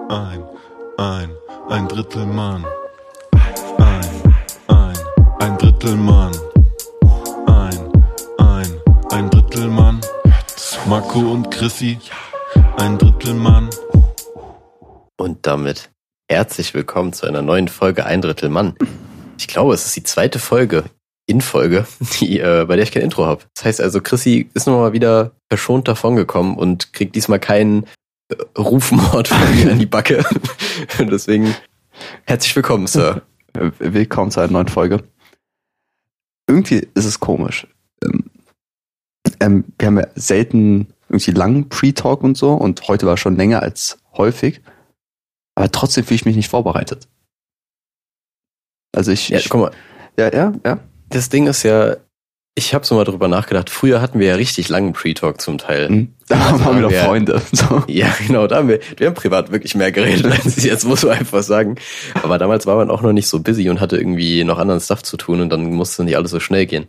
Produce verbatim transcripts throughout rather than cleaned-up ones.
ein, ein, ein Drittel Mann. Ein, ein, ein Drittel Mann. Ein, ein, ein Drittel Mann. Marco und Chrissy, ein Drittel Mann. Und damit herzlich willkommen zu einer neuen Folge Ein Drittel Mann. Ich glaube, es ist die zweite Folge in Folge, die, äh, bei der ich kein Intro habe. Das heißt also, Chrissy ist nochmal wieder verschont davongekommen und kriegt diesmal keinen äh, Rufmord von mir an die Backe. Deswegen herzlich willkommen, Sir. Willkommen zu einer neuen Folge. Irgendwie ist es komisch. Ähm, ähm, wir haben ja selten irgendwie langen Pre-Talk und so und heute war schon länger als häufig. Aber trotzdem fühle ich mich nicht vorbereitet. Also ich... Ja, ich guck mal. Ja, ja, ja. Das Ding ist ja, ich habe so mal drüber nachgedacht, früher hatten wir ja richtig langen Pre-Talk zum Teil. Mhm. Da Also waren wir doch wir, Freunde. So. Ja, genau, da haben wir, wir haben privat wirklich mehr geredet als jetzt, muss man einfach sagen. Aber damals war man auch noch nicht so busy und hatte irgendwie noch anderen Stuff zu tun und dann musste nicht alles so schnell gehen.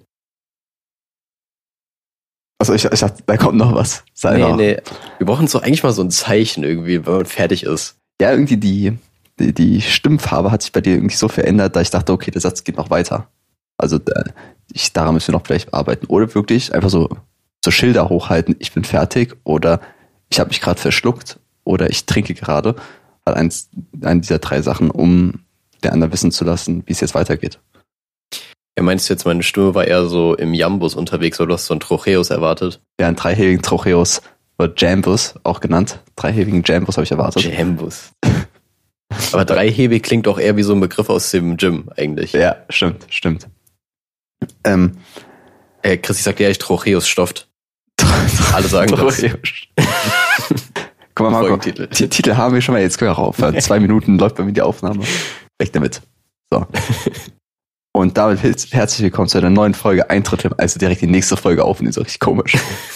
Also ich, ich dachte, da kommt noch was. Sei Nee, noch. nee, wir brauchen so eigentlich mal so ein Zeichen irgendwie, wenn man fertig ist. Ja, irgendwie die, die, die Stimmfarbe hat sich bei dir irgendwie so verändert, da ich dachte, okay, der Satz geht noch weiter. Also da, ich, daran müssen wir noch vielleicht arbeiten. Oder wirklich einfach so, so Schilder hochhalten, ich bin fertig oder ich habe mich gerade verschluckt oder ich trinke gerade. Halt eins, eine dieser drei Sachen, um der anderen wissen zu lassen, wie es jetzt weitergeht. Ja, meinst du jetzt, meine Stimme war eher so im Jambus unterwegs, oder du hast so einen Trocheus erwartet? Ja, einen dreihebigen Trocheus oder Jambus auch genannt. Dreihebigen Jambus habe ich erwartet. Jambus. Aber dreihebig klingt auch eher wie so ein Begriff aus dem Gym eigentlich. Ja, stimmt, stimmt. Ähm, äh, Chris, ich sag dir ehrlich, Trocheus stofft. Alle sagen das. Guck mal, Marco, Folgentitel. T- Titel haben wir schon mal, jetzt können wir auch aufhören. Zwei Minuten läuft bei mir die Aufnahme. Weg damit. So. Und damit herzlich willkommen zu einer neuen Folge Ein Drittel, also direkt die nächste Folge aufnehmen, so richtig komisch.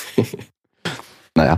Naja.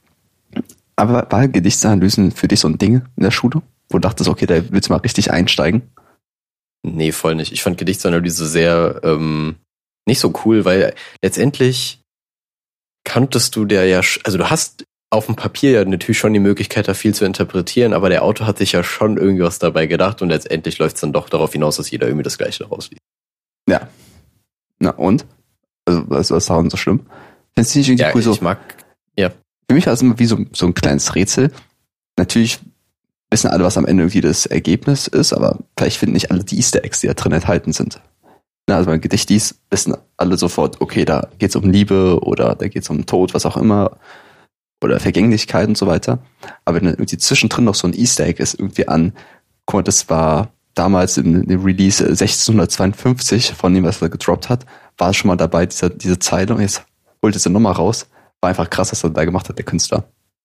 Aber war Gedichtsanalysen für dich so ein Ding in der Schule? Wo du dachtest, okay, da willst du mal richtig einsteigen? Nee, voll nicht. Ich fand Gedichtsanalyse sehr ähm, nicht so cool, weil letztendlich kanntest du der ja, sch- also du hast auf dem Papier ja natürlich schon die Möglichkeit, da viel zu interpretieren, aber der Autor hat sich ja schon irgendwie was dabei gedacht und letztendlich läuft es dann doch darauf hinaus, dass jeder irgendwie das Gleiche daraus liest. Ja. Na und? Also was was daran so schlimm? Findest du nicht irgendwie Ja, cool so? ich mag, ja. Für mich war es immer wie so, so ein kleines Rätsel. Natürlich wissen alle, was am Ende irgendwie das Ergebnis ist, aber vielleicht finden nicht alle die Easter Eggs, die da drin enthalten sind. Na, also beim Gedicht dies wissen alle sofort, okay, da geht's um Liebe oder da geht's um Tod, was auch immer, oder Vergänglichkeit und so weiter. Aber wenn dann irgendwie zwischendrin noch so ein Easter Egg ist, irgendwie an, guck mal, das war damals in dem Release sechzehnhundertzweiundfünfzig, von dem, was er gedroppt hat, war schon mal dabei, diese, diese Zeile, und jetzt holt es dann nochmal raus. War einfach krass, was er da gemacht hat, der Künstler.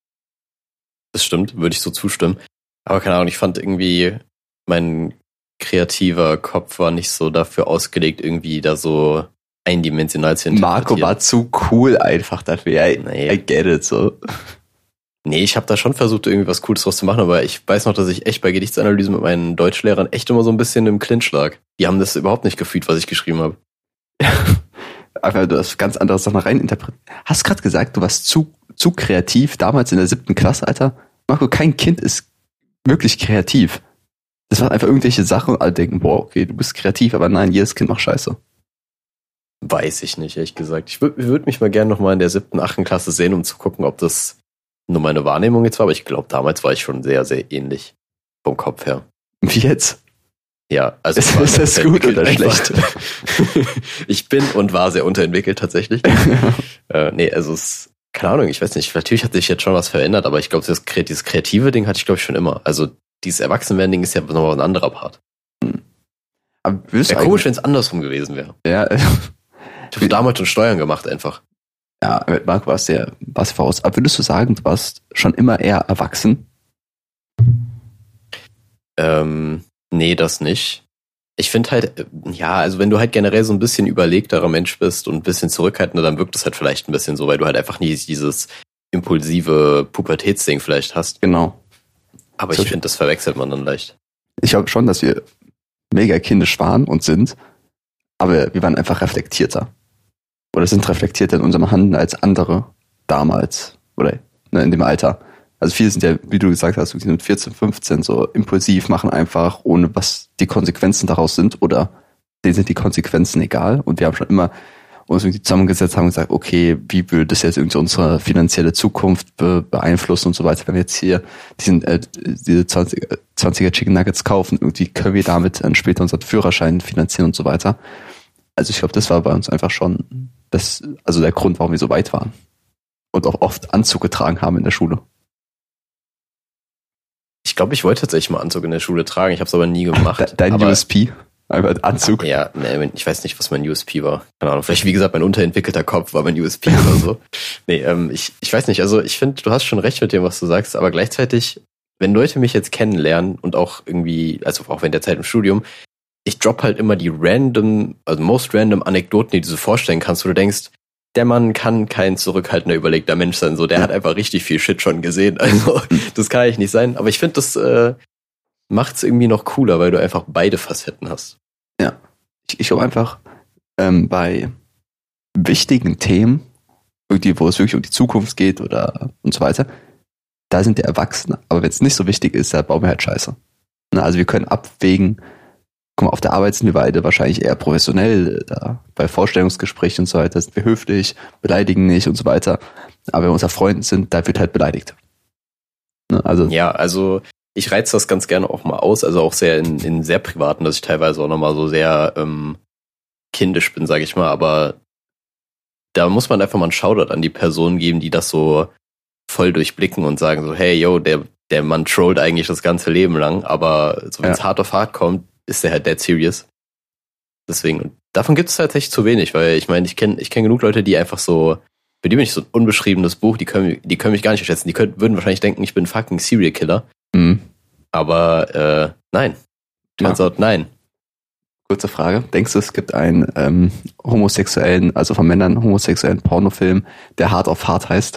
Das stimmt, würde ich so zustimmen. Aber keine Ahnung, ich fand irgendwie, mein kreativer Kopf war nicht so dafür ausgelegt, irgendwie da so eindimensional zu interpretieren. Marco war zu cool einfach dafür. I, Nee. I get it, so. Nee, ich habe da schon versucht, irgendwie was Cooles draus zu machen, aber ich weiß noch, dass ich echt bei Gedichtsanalyse mit meinen Deutschlehrern echt immer so ein bisschen im Clinch lag. Die haben das überhaupt nicht gefühlt, was ich geschrieben habe. Einfach du hast ganz andere Sachen reininterpretiert. Hast gerade gesagt, du warst zu, zu kreativ damals in der siebten Klasse, Alter. Marco, kein Kind ist wirklich kreativ. Das waren einfach irgendwelche Sachen und alle denken, boah, okay, du bist kreativ, aber nein, jedes Kind macht Scheiße. Weiß ich nicht, ehrlich gesagt. Ich würde würd mich mal gerne noch mal in der siebten, achten Klasse sehen, um zu gucken, ob das nur meine Wahrnehmung jetzt war, aber ich glaube, damals war ich schon sehr, sehr ähnlich vom Kopf her. Wie jetzt? Ja, also Ist, ich war ist das sehr gut oder unterentwickelt schlecht? einfach. Ich bin und war sehr unterentwickelt tatsächlich. äh, nee, also es, keine Ahnung, ich weiß nicht, natürlich hat sich jetzt schon was verändert, aber ich glaube, das, dieses kreative Ding hatte ich, glaube ich, schon immer. Also dieses Erwachsenwerden-Ding ist ja nochmal ein anderer Part. Aber willst du Wäre komisch, wenn es andersrum gewesen wäre. Ja, Ich habe damals schon Steuern gemacht einfach. ja, mit Marco warst du ja, warst du voraus. Aber würdest du sagen, du warst schon immer eher erwachsen? Ähm, nee, das nicht. Ich finde halt, äh, ja, also wenn du halt generell so ein bisschen überlegterer Mensch bist und ein bisschen zurückhaltender, dann wirkt es halt vielleicht ein bisschen so, weil du halt einfach nie dieses impulsive Pubertätsding vielleicht hast. Genau. Aber So- ich finde, das verwechselt man dann leicht. Ich glaube schon, dass wir mega kindisch waren und sind, aber wir waren einfach reflektierter. Oder sind reflektierter in unserem Handeln als andere damals. Oder ne, in dem Alter. Also viele sind ja, wie du gesagt hast, wirklich mit vierzehn, fünfzehn so impulsiv, machen einfach, ohne was die Konsequenzen daraus sind, oder denen sind die Konsequenzen egal. Und wir haben schon immer uns irgendwie zusammengesetzt, haben gesagt, okay, wie würde das jetzt irgendwie unsere finanzielle Zukunft be- beeinflussen und so weiter. Wenn wir jetzt hier diesen, äh, diese zwanziger Chicken Nuggets kaufen, irgendwie können wir damit dann später unseren Führerschein finanzieren und so weiter. Also ich glaube, das war bei uns einfach schon das, also der Grund, warum wir so weit waren. Und auch oft Anzug getragen haben in der Schule. Ich glaube, ich wollte tatsächlich mal Anzug in der Schule tragen, ich habe es aber nie gemacht. Dein aber, U S P? Einfach Anzug? Ja, nee, ich weiß nicht, was mein U S P war. Keine Ahnung, vielleicht wie gesagt, mein unterentwickelter Kopf war mein U S P oder so. Nee, ähm, ich, ich weiß nicht, also ich finde, du hast schon recht mit dem, was du sagst, aber gleichzeitig, wenn Leute mich jetzt kennenlernen und auch irgendwie, also auch während der Zeit im Studium, ich drop halt immer die random, also most random Anekdoten, die du so vorstellen kannst, wo du denkst, der Mann kann kein zurückhaltender, überlegter Mensch sein, so, der hat einfach richtig viel Shit schon gesehen, also das kann eigentlich nicht sein, aber ich finde, das äh, macht's irgendwie noch cooler, weil du einfach beide Facetten hast. Ja, ich, ich glaube einfach, ähm, bei wichtigen Themen, irgendwie, wo es wirklich um die Zukunft geht oder und so weiter, da sind wir Erwachsene, aber wenn es nicht so wichtig ist, da bauen wir halt Scheiße. Na, also wir können abwägen, guck mal, auf der Arbeit sind wir beide wahrscheinlich eher professionell, da bei Vorstellungsgesprächen und so weiter sind wir höflich, beleidigen nicht und so weiter. Aber wenn wir unter Freunden sind, da wird halt beleidigt. Ne, also ja, also ich reiz das ganz gerne auch mal aus, also auch sehr in, in sehr privaten, dass ich teilweise auch nochmal so sehr ähm, kindisch bin, sag ich mal, aber da muss man einfach mal einen Shoutout an die Personen geben, die das so voll durchblicken und sagen so, hey, yo, der, der Mann trollt eigentlich das ganze Leben lang, aber so wenn es ja. hart auf hart kommt, ist der halt dead serious. Deswegen, davon gibt es tatsächlich zu wenig, weil ich meine, ich kenne ich kenn genug Leute, die einfach so, für die bin ich so ein unbeschriebenes Buch, die können, die können mich gar nicht schätzen, die können, würden wahrscheinlich denken, ich bin ein fucking Serial Killer. Mhm. Aber äh, nein. Turns out nein. Kurze Frage. Denkst du, es gibt einen ähm, homosexuellen, also von Männern homosexuellen Pornofilm, der Hard auf Hard heißt?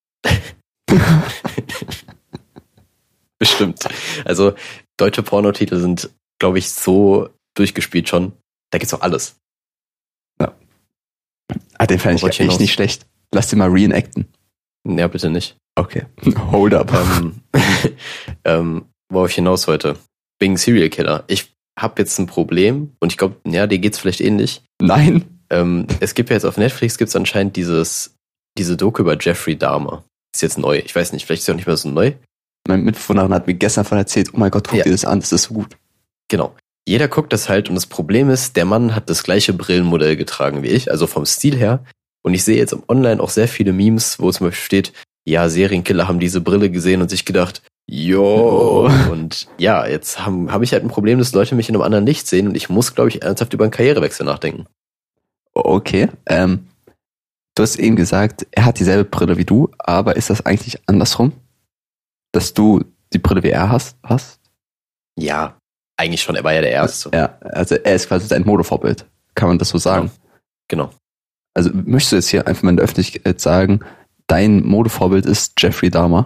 Bestimmt. Also deutsche Pornotitel sind, glaube ich, so durchgespielt schon. Da gibt's doch alles. Ja. Ah, den fand ich echt hinaus? nicht schlecht. Lass den mal reenacten. Ja, bitte nicht. Okay. Hold up. Ähm, ähm, worauf ich hinaus wollte. Wegen Serial Killer. Ich habe jetzt ein Problem und ich glaube, ja, dir geht's vielleicht ähnlich. Nein. Ähm, es gibt ja jetzt auf Netflix gibt's anscheinend dieses, diese Doku über Jeffrey Dahmer. Ist jetzt neu. Ich weiß nicht, vielleicht ist es auch nicht mehr so neu. Mein Mitbewohnerin hat mir gestern von erzählt, oh mein Gott, guck ja. dir das an, das ist so gut. Genau. Jeder guckt das halt und das Problem ist, der Mann hat das gleiche Brillenmodell getragen wie ich, also vom Stil her. Und ich sehe jetzt online auch sehr viele Memes, wo zum Beispiel steht, ja, Serienkiller haben diese Brille gesehen und sich gedacht, jo. Und ja, jetzt habe hab ich halt ein Problem, dass Leute mich in einem anderen Licht sehen und ich muss, glaube ich, ernsthaft über einen Karrierewechsel nachdenken. Okay, ähm, du hast eben gesagt, er hat dieselbe Brille wie du, aber ist das eigentlich andersrum? Dass du die Brille wie er hast? hast? Ja, eigentlich schon, er war ja der Erste. Ja, also er ist quasi dein Modevorbild. Kann man das so sagen? Genau. genau. Also möchtest du jetzt hier einfach mal in der Öffentlichkeit sagen, dein Modevorbild ist Jeffrey Dahmer?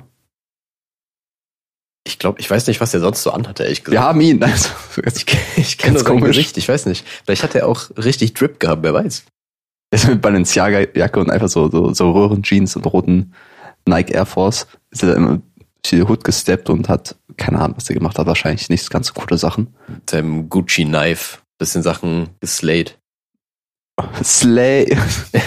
Ich glaube, ich weiß nicht, was er sonst so anhatte, ehrlich gesagt. Wir haben ihn. Also, ich ich kenne sein Gesicht, ich weiß nicht. Vielleicht hat er auch richtig Drip gehabt, wer weiß. Er ist mit Balenciaga-Jacke und einfach so, so, so Röhrenjeans und roten Nike Air Force. Ist er immer durch die Hood gesteppt und hat, keine Ahnung, was er gemacht hat, wahrscheinlich nicht ganz so coole Sachen. Mit seinem Gucci-Knife, bisschen Sachen geslayed. Slay.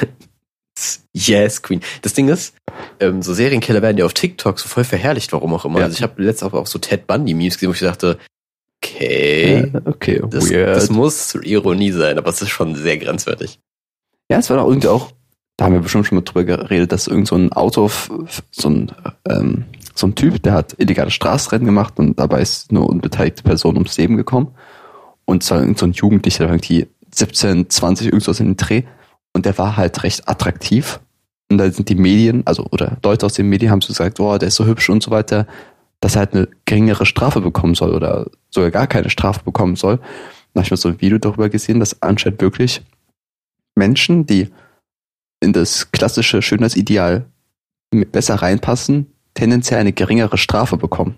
Yes, Queen. Das Ding ist, ähm, so Serienkiller werden ja auf TikTok so voll verherrlicht, warum auch immer. Ja. Also ich habe letztens auch so Ted Bundy-Memes gesehen, wo ich dachte, okay, ja, okay, das, weird. Das muss Ironie sein, aber es ist schon sehr grenzwertig. Ja, es war doch irgendwie auch, da haben wir bestimmt schon mal drüber geredet, dass irgend so ein Auto, so ein, ähm, so ein Typ, der hat illegale Straßenrennen gemacht und dabei ist eine unbeteiligte Person ums Leben gekommen. Und zwar irgend so ein Jugendlicher, der irgendwie siebzehn, zwanzig, irgendwas in den Dreh. Und der war halt recht attraktiv. Und da sind die Medien, also, oder Leute aus den Medien haben so gesagt, oh, der ist so hübsch und so weiter, dass er halt eine geringere Strafe bekommen soll oder sogar gar keine Strafe bekommen soll. Da habe ich mal so ein Video darüber gesehen, dass anscheinend wirklich Menschen, die in das klassische Schönheitsideal besser reinpassen, tendenziell eine geringere Strafe bekommen.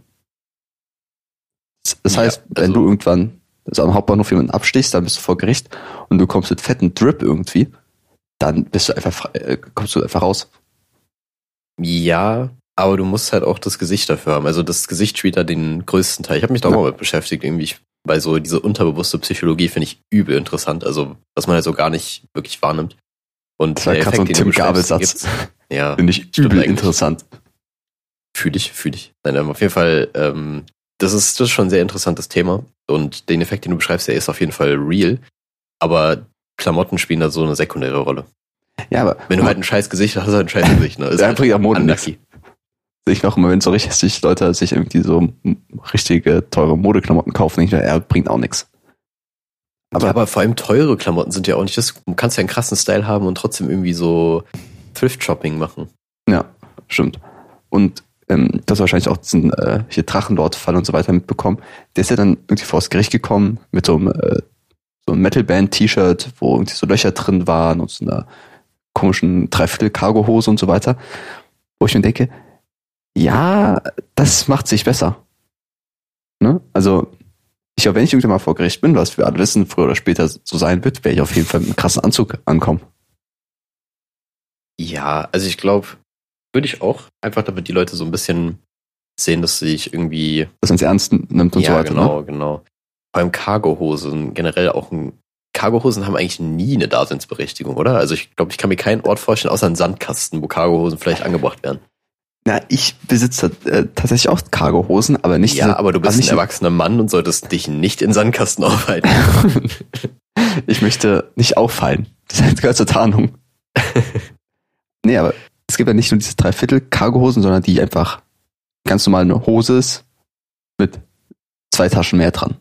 Das heißt, ja, also wenn du irgendwann also am Hauptbahnhof jemanden abstichst, dann bist du vor Gericht und du kommst mit fetten Drip irgendwie, dann bist du einfach frei, kommst du einfach raus. Ja, Aber du musst halt auch das Gesicht dafür haben. Also das Gesicht spielt da den größten Teil. Ich habe mich da auch Ja. mal mit beschäftigt, irgendwie, ich, weil so diese unterbewusste Psychologie finde ich übel interessant. Also, was man halt so gar nicht wirklich wahrnimmt. Und Das war der gerade so ein Effekt, den du Tim beschreibst, den Gabel-Satz. gibt's. Ja, Finde ich stimmt übel eigentlich. interessant. Fühle ich, fühle ich. Nein, ähm, auf jeden Fall, ähm, das ist, das ist schon ein sehr interessantes Thema. Und den Effekt, den du beschreibst, der ist auf jeden Fall real. Aber Klamotten spielen da so eine sekundäre Rolle. Ja, aber Wenn du halt ein scheiß Gesicht hast, hast du halt ein scheiß Gesicht. Ne? Ist Ja, halt bringt auch Mode unlucky. sehe ich noch immer, wenn so richtig Leute sich irgendwie so richtige teure Modeklamotten kaufen, denke ich mir, er bringt auch nichts. Aber, ja, aber vor allem teure Klamotten sind ja auch nicht das. Du kannst ja einen krassen Style haben und trotzdem irgendwie so Thrift-Shopping machen. Ja, stimmt. Und ähm, das wahrscheinlich auch diesen äh, hier Drachenlord-Fall und so weiter mitbekommen. Der ist ja dann irgendwie vors Gericht gekommen mit so einem, äh, so einem Metal-Band-T-Shirt, wo irgendwie so Löcher drin waren und so einer komischen Dreiviertel-Cargo-Hose und so weiter. Wo ich mir denke, ja, das macht sich besser. Ne? Also, ich glaube, wenn ich irgendwann mal vor Gericht bin, was wir alle wissen, früher oder später so sein wird, werde ich auf jeden Fall mit einem krassen Anzug ankommen. Ja, also ich glaube, würde ich auch. Einfach damit die Leute so ein bisschen sehen, dass sie sich irgendwie. Dass man es ernst nimmt und ja, so weiter. genau, Ne? genau. Vor allem Cargohosen, generell auch ein. Cargohosen haben eigentlich nie eine Daseinsberechtigung, oder? Also ich glaube, ich kann mir keinen Ort vorstellen, außer einen Sandkasten, wo Cargohosen vielleicht angebracht werden. Na, ich besitze äh, tatsächlich auch Cargohosen, aber nicht Ja, diese, aber du bist also nicht ein erwachsener Mann und solltest dich nicht in Sandkasten aufhalten. Ich möchte nicht auffallen. Das gehört zur Tarnung. Nee, aber es gibt ja nicht nur diese Dreiviertel Cargohosen, sondern die einfach ganz normal eine Hose ist mit zwei Taschen mehr dran.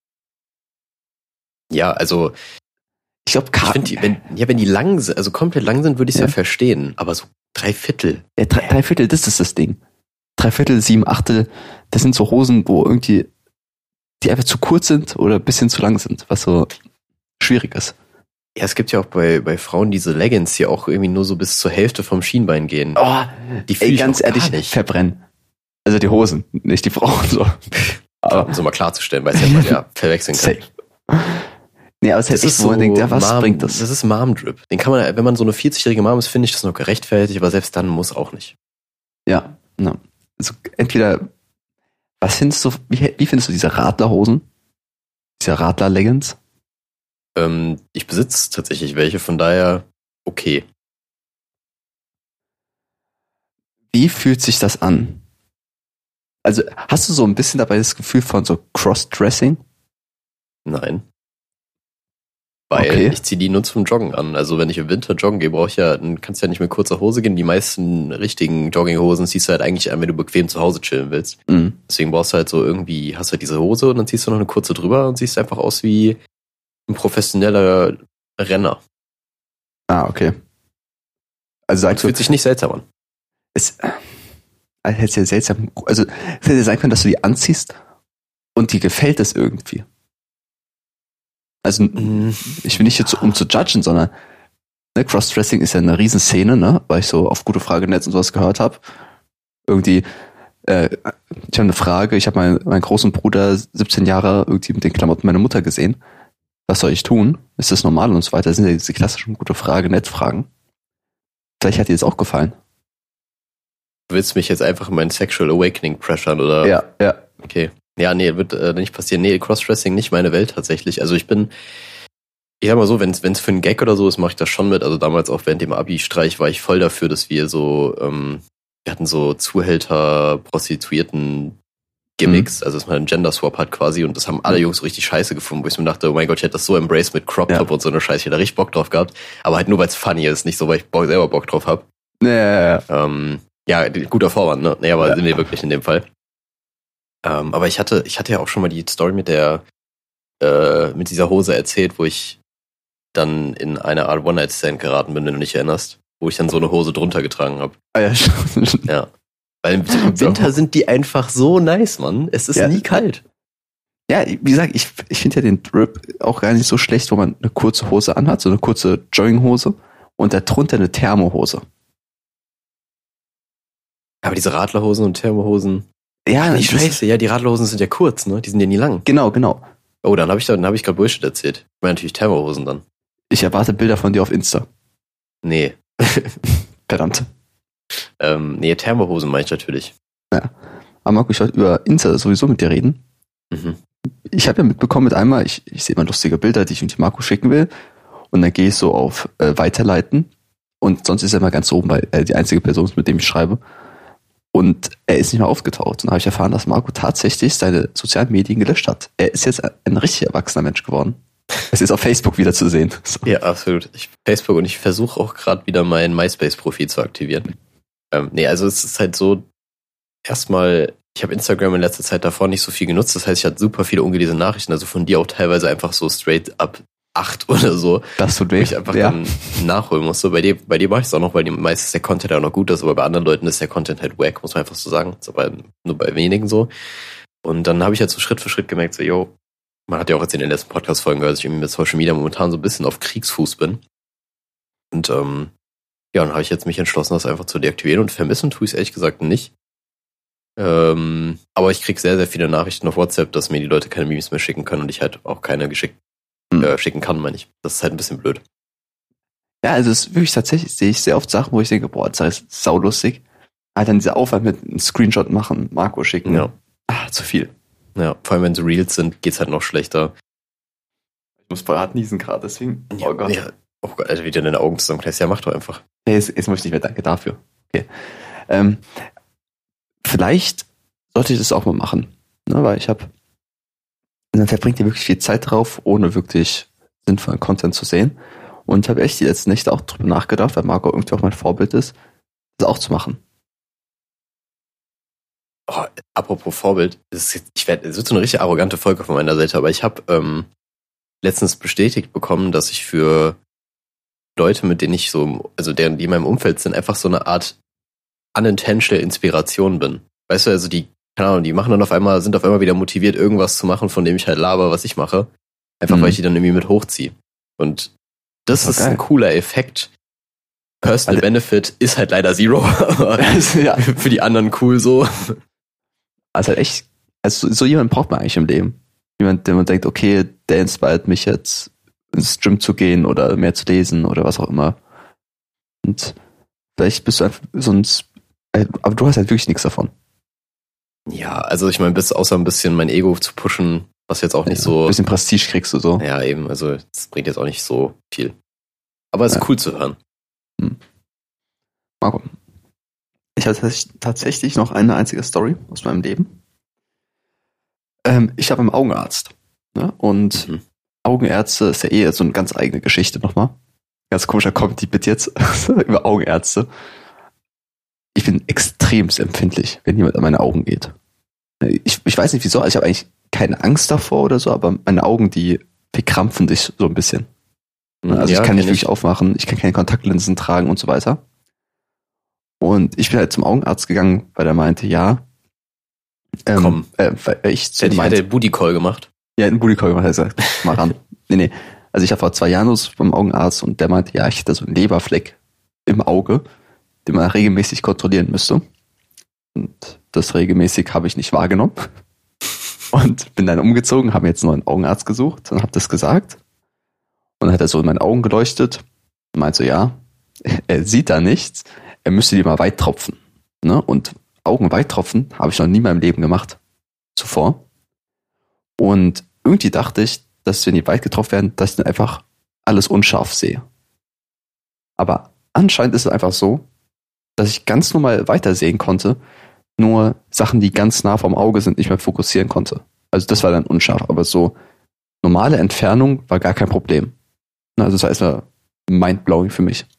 Ja, also Ich glaube, ich finde, die, wenn, ja, wenn die lang sind, also komplett lang sind, würde ich es ja. Ja. verstehen. Aber so drei Viertel. ja, drei, drei Viertel, das ist das Ding. Drei Viertel, sieben Achtel, das sind so Hosen, wo irgendwie die einfach zu kurz sind oder ein bisschen zu lang sind, was so schwierig ist. Ja, es gibt ja auch bei, bei Frauen diese Leggings, die auch irgendwie nur so bis zur Hälfte vom Schienbein gehen. Oh, die fühl ey, ich ganz auch gar ehrlich, nicht. verbrennen. Also die Hosen, nicht die Frauen so. Aber um so mal klarzustellen, weil es ja mal ja, verwechseln kann. Safe. Nee, aber es ist echt, wo man denkt, ja, was Mom, bringt das? Das ist Mom-Drip. Den kann man, wenn man so eine vierzigjährige Mom ist, finde ich das noch gerechtfertigt, aber selbst dann muss auch nicht. Ja, ja. Also entweder, was findest du, wie, wie findest du diese Radlerhosen? Diese Radler-Leggings? Ähm, ich besitze tatsächlich welche, von daher okay. Wie fühlt sich das an? Also, hast du so ein bisschen dabei das Gefühl von so Cross-Dressing? Nein. Weil Okay. ich ziehe die nur zum Joggen an. Also wenn ich im Winter joggen gehe, brauche ich ja, dann kannst du ja nicht mit kurzer Hose gehen. Die meisten richtigen Jogginghosen ziehst du halt eigentlich an, wenn du bequem zu Hause chillen willst. Mhm. Deswegen brauchst du halt so irgendwie, hast halt diese Hose und dann ziehst du noch eine kurze drüber und siehst einfach aus wie ein professioneller Renner. Ah, okay. Also Das sagst du, fühlt sich nicht seltsam an. es äh, hätte es ja seltsam, also es hätte sein können, dass du die anziehst und dir gefällt es irgendwie. Also ich will nicht jetzt um zu judgen, sondern ne, Crossdressing ist ja eine Riesenszene, ne, weil ich so auf Gute Frage Netz und sowas gehört habe. Irgendwie, äh, ich habe eine Frage, ich habe meinen, meinen großen Bruder siebzehn Jahre irgendwie mit den Klamotten meiner Mutter gesehen. Was soll ich tun? Ist das normal und so weiter? Das sind ja diese klassischen Gute Frage Netz-Fragen. Vielleicht hat dir das auch gefallen. Du willst mich jetzt einfach in meinen Sexual Awakening pressern, oder? Ja, ja. Okay. Ja, nee, wird äh, nicht passieren. Nee, Crossdressing nicht meine Welt tatsächlich. Also ich bin, ich sag mal so, wenn es für einen Gag oder so ist, mache ich das schon mit. Also damals auch während dem Abi-Streich war ich voll dafür, dass wir so, ähm, wir hatten so Zuhälter, Prostituierten Gimmicks, mhm. also dass man einen Gender-Swap hat quasi und das haben alle Jungs so richtig scheiße gefunden, wo ich mir dachte, oh mein Gott, ich hätte das so embraced mit Crop-Top ja. und so eine Scheiße, ich hätte da richtig Bock drauf gehabt, aber halt nur, weil es funny ist, nicht so, weil ich selber Bock drauf habe. Ja, ja, ja. Ähm, ja, guter Vorwand, ne? Nee, aber ja. sind wir wirklich in dem Fall. Ähm, aber ich hatte, ich hatte ja auch schon mal die Story mit der, äh, mit dieser Hose erzählt, wo ich dann in eine Art One-Night-Stand geraten bin, wenn du dich erinnerst, wo ich dann so eine Hose drunter getragen habe. Ah, ja, ja. Weil im Winter sind die einfach so nice, Mann. Es ist ja. nie kalt. Ja, wie gesagt, ich, ich finde ja den Drip auch gar nicht so schlecht, wo man eine kurze Hose anhat, so eine kurze Jogginghose und darunter eine Thermohose. Aber diese Radlerhosen und Thermohosen. Ja, nicht scheiße. Ja, die Radlerhosen sind ja kurz, ne? Die sind ja nie lang. Genau, genau. Oh, dann habe ich dann habe ich gerade Bullshit erzählt. Ich meine natürlich Thermohosen dann. Ich erwarte Bilder von dir auf Insta. Nee. Verdammt. Ähm, nee, Thermohosen meine ich natürlich. Ja. Aber Marco, ich wollte über Insta sowieso mit dir reden. Mhm. Ich habe ja mitbekommen mit einmal, ich, ich sehe mal lustige Bilder, die ich mit Marco schicken will. Und dann gehe ich so auf äh, Weiterleiten. Und sonst ist er immer ganz oben, weil er die einzige Person ist, mit dem ich schreibe. Und er ist nicht mehr aufgetaucht. Und dann habe ich erfahren, dass Marco tatsächlich seine sozialen Medien gelöscht hat. Er ist jetzt ein richtig erwachsener Mensch geworden. Es ist auf Facebook wieder zu sehen. So. Ja, absolut. Ich Facebook und ich versuche auch gerade wieder mein MySpace-Profil zu aktivieren. Ähm, nee, also es ist halt so, erstmal, ich habe Instagram in letzter Zeit davor nicht so viel genutzt. Das heißt, ich hatte super viele ungelesene Nachrichten, also von dir auch teilweise einfach so straight up acht oder so. Das tut weh. Wo ich einfach ja. dann nachholen muss. So bei dir, bei dir mache ich es auch noch, weil die, meistens der Content auch noch gut ist, aber bei anderen Leuten ist der Content halt wack, muss man einfach so sagen. So bei, nur bei wenigen so. Und dann habe ich halt so Schritt für Schritt gemerkt, so, yo, man hat ja auch jetzt in den letzten Podcast-Folgen gehört, dass ich irgendwie mit Social Media momentan so ein bisschen auf Kriegsfuß bin. Und ähm, ja, dann habe ich jetzt mich entschlossen, das einfach zu deaktivieren und vermissen tue ich es ehrlich gesagt nicht. Ähm, aber ich kriege sehr, sehr viele Nachrichten auf WhatsApp, dass mir die Leute keine Memes mehr schicken können und ich halt auch keine geschickt hm. äh, schicken kann, meine ich. Das ist halt ein bisschen blöd. Ja, also es ist wirklich tatsächlich, sehe ich sehr oft Sachen, wo ich denke, boah, das ist saulustig. Aber dann dieser Aufwand mit einem Screenshot machen, Marco schicken. Ja. Ah, zu viel. Ja, vor allem wenn es Reels sind, geht's halt noch schlechter. Ich muss parat niesen gerade, deswegen. Ja, oh Gott. Ja, oh Gott, Alter, wie du deine Augen zusammenknäst. Ja, mach doch einfach. Nee, jetzt, jetzt muss ich nicht mehr, danke dafür. Okay. Ähm, vielleicht sollte ich das auch mal machen, ne, weil ich habe, dann verbringt ihr wirklich viel Zeit drauf, ohne wirklich sinnvollen Content zu sehen. Und ich habe echt die letzten Nächte auch drüber nachgedacht, weil Marco irgendwie auch mein Vorbild ist, das auch zu machen. Oh, apropos Vorbild, es, ist, ich werd, es wird so eine richtig arrogante Folge von meiner Seite, aber ich habe ähm, letztens bestätigt bekommen, dass ich für Leute, mit denen ich so, also deren, die in meinem Umfeld sind, einfach so eine Art unintentional Inspiration bin. Weißt du, also die, keine Ahnung, die machen dann auf einmal, sind auf einmal wieder motiviert, irgendwas zu machen, von dem ich halt laber, was ich mache. Einfach, mhm. weil ich die dann irgendwie mit hochziehe. Und das, das ist geil. Ein cooler Effekt. Personal also, Benefit ist halt leider zero, aber ja. für die anderen cool so. Also echt, also so jemand braucht man eigentlich im Leben. Jemand, der man denkt, okay, der inspiriert mich jetzt ins Gym zu gehen oder mehr zu lesen oder was auch immer. Und vielleicht bist du einfach sonst, aber du hast halt wirklich nichts davon. Ja, also ich meine, bis außer ein bisschen mein Ego zu pushen, was jetzt auch nicht ja, so... Ein bisschen Prestige kriegst du so. Ja, eben, also das bringt jetzt auch nicht so viel. Aber es ist ja. cool zu hören. Hm. Marco, ich habe tatsächlich noch eine einzige Story aus meinem Leben. Ähm, ich habe einen Augenarzt. Ne? Und mhm. Augenärzte ist ja eh so eine ganz eigene Geschichte nochmal. Ganz komischer Comedy-Bit jetzt über Augenärzte. Ich bin extrem empfindlich, wenn jemand an meine Augen geht. Ich, ich weiß nicht wieso, also ich habe eigentlich keine Angst davor oder so, aber meine Augen, die verkrampfen sich so ein bisschen. Also ja, ich kann nicht wirklich aufmachen, ich kann keine Kontaktlinsen tragen und so weiter. Und ich bin halt zum Augenarzt gegangen, weil er meinte, ja. Ähm, Komm, äh, weil ich zu meinte, hat der Booty Call gemacht? Ja, einen Booty Call gemacht, hat er gesagt, mal ran. nee, nee. Also ich war vor zwei Jahren beim Augenarzt und der meinte, ja, ich hätte so einen Leberfleck im Auge, den man regelmäßig kontrollieren müsste. Und das regelmäßig habe ich nicht wahrgenommen. Und bin dann umgezogen, habe jetzt einen neuen Augenarzt gesucht und habe das gesagt. Und dann hat er so in meine Augen geleuchtet und meinte so, ja, er sieht da nichts, er müsste die mal weit tropfen. Ne? Und Augen weit tropfen habe ich noch nie in meinem Leben gemacht zuvor. Und irgendwie dachte ich, dass wenn die weit getropft werden, dass ich dann einfach alles unscharf sehe. Aber anscheinend ist es einfach so, dass ich ganz normal weitersehen konnte, nur Sachen, die ganz nah vom Auge sind, nicht mehr fokussieren konnte. Also das war dann unscharf, aber so normale Entfernung war gar kein Problem. Also das war erstmal mindblowing für mich.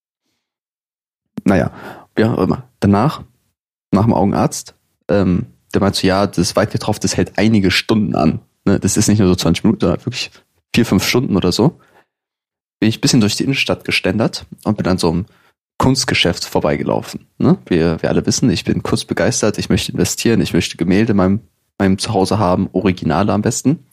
Naja, ja, danach, nach dem Augenarzt, ähm, der meinte so, ja, das weit getroffen, das hält einige Stunden an. Ne? Das ist nicht nur so zwanzig Minuten, sondern wirklich vier, fünf Stunden oder so. Bin ich ein bisschen durch die Innenstadt geständert und bin an so einem Kunstgeschäft vorbeigelaufen. Ne? Wir, wir alle wissen, ich bin kunstbegeistert, ich möchte investieren, ich möchte Gemälde in meinem, meinem Zuhause haben, Originale am besten.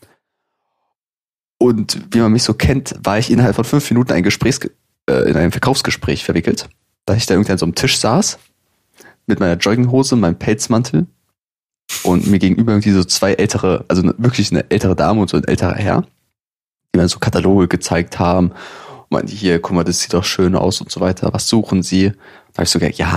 Und wie man mich so kennt, war ich innerhalb von fünf Minuten ein Gesprächs, äh, in einem Verkaufsgespräch verwickelt, da ich da irgendwie an so einem Tisch saß, mit meiner Jogginghose, meinem Pelzmantel und mir gegenüber irgendwie so zwei ältere, also wirklich eine ältere Dame und so ein älterer Herr, die mir so Kataloge gezeigt haben und meinten, hier, guck mal, das sieht doch schön aus und so weiter, was suchen Sie? Da habe ich so gesagt, ja,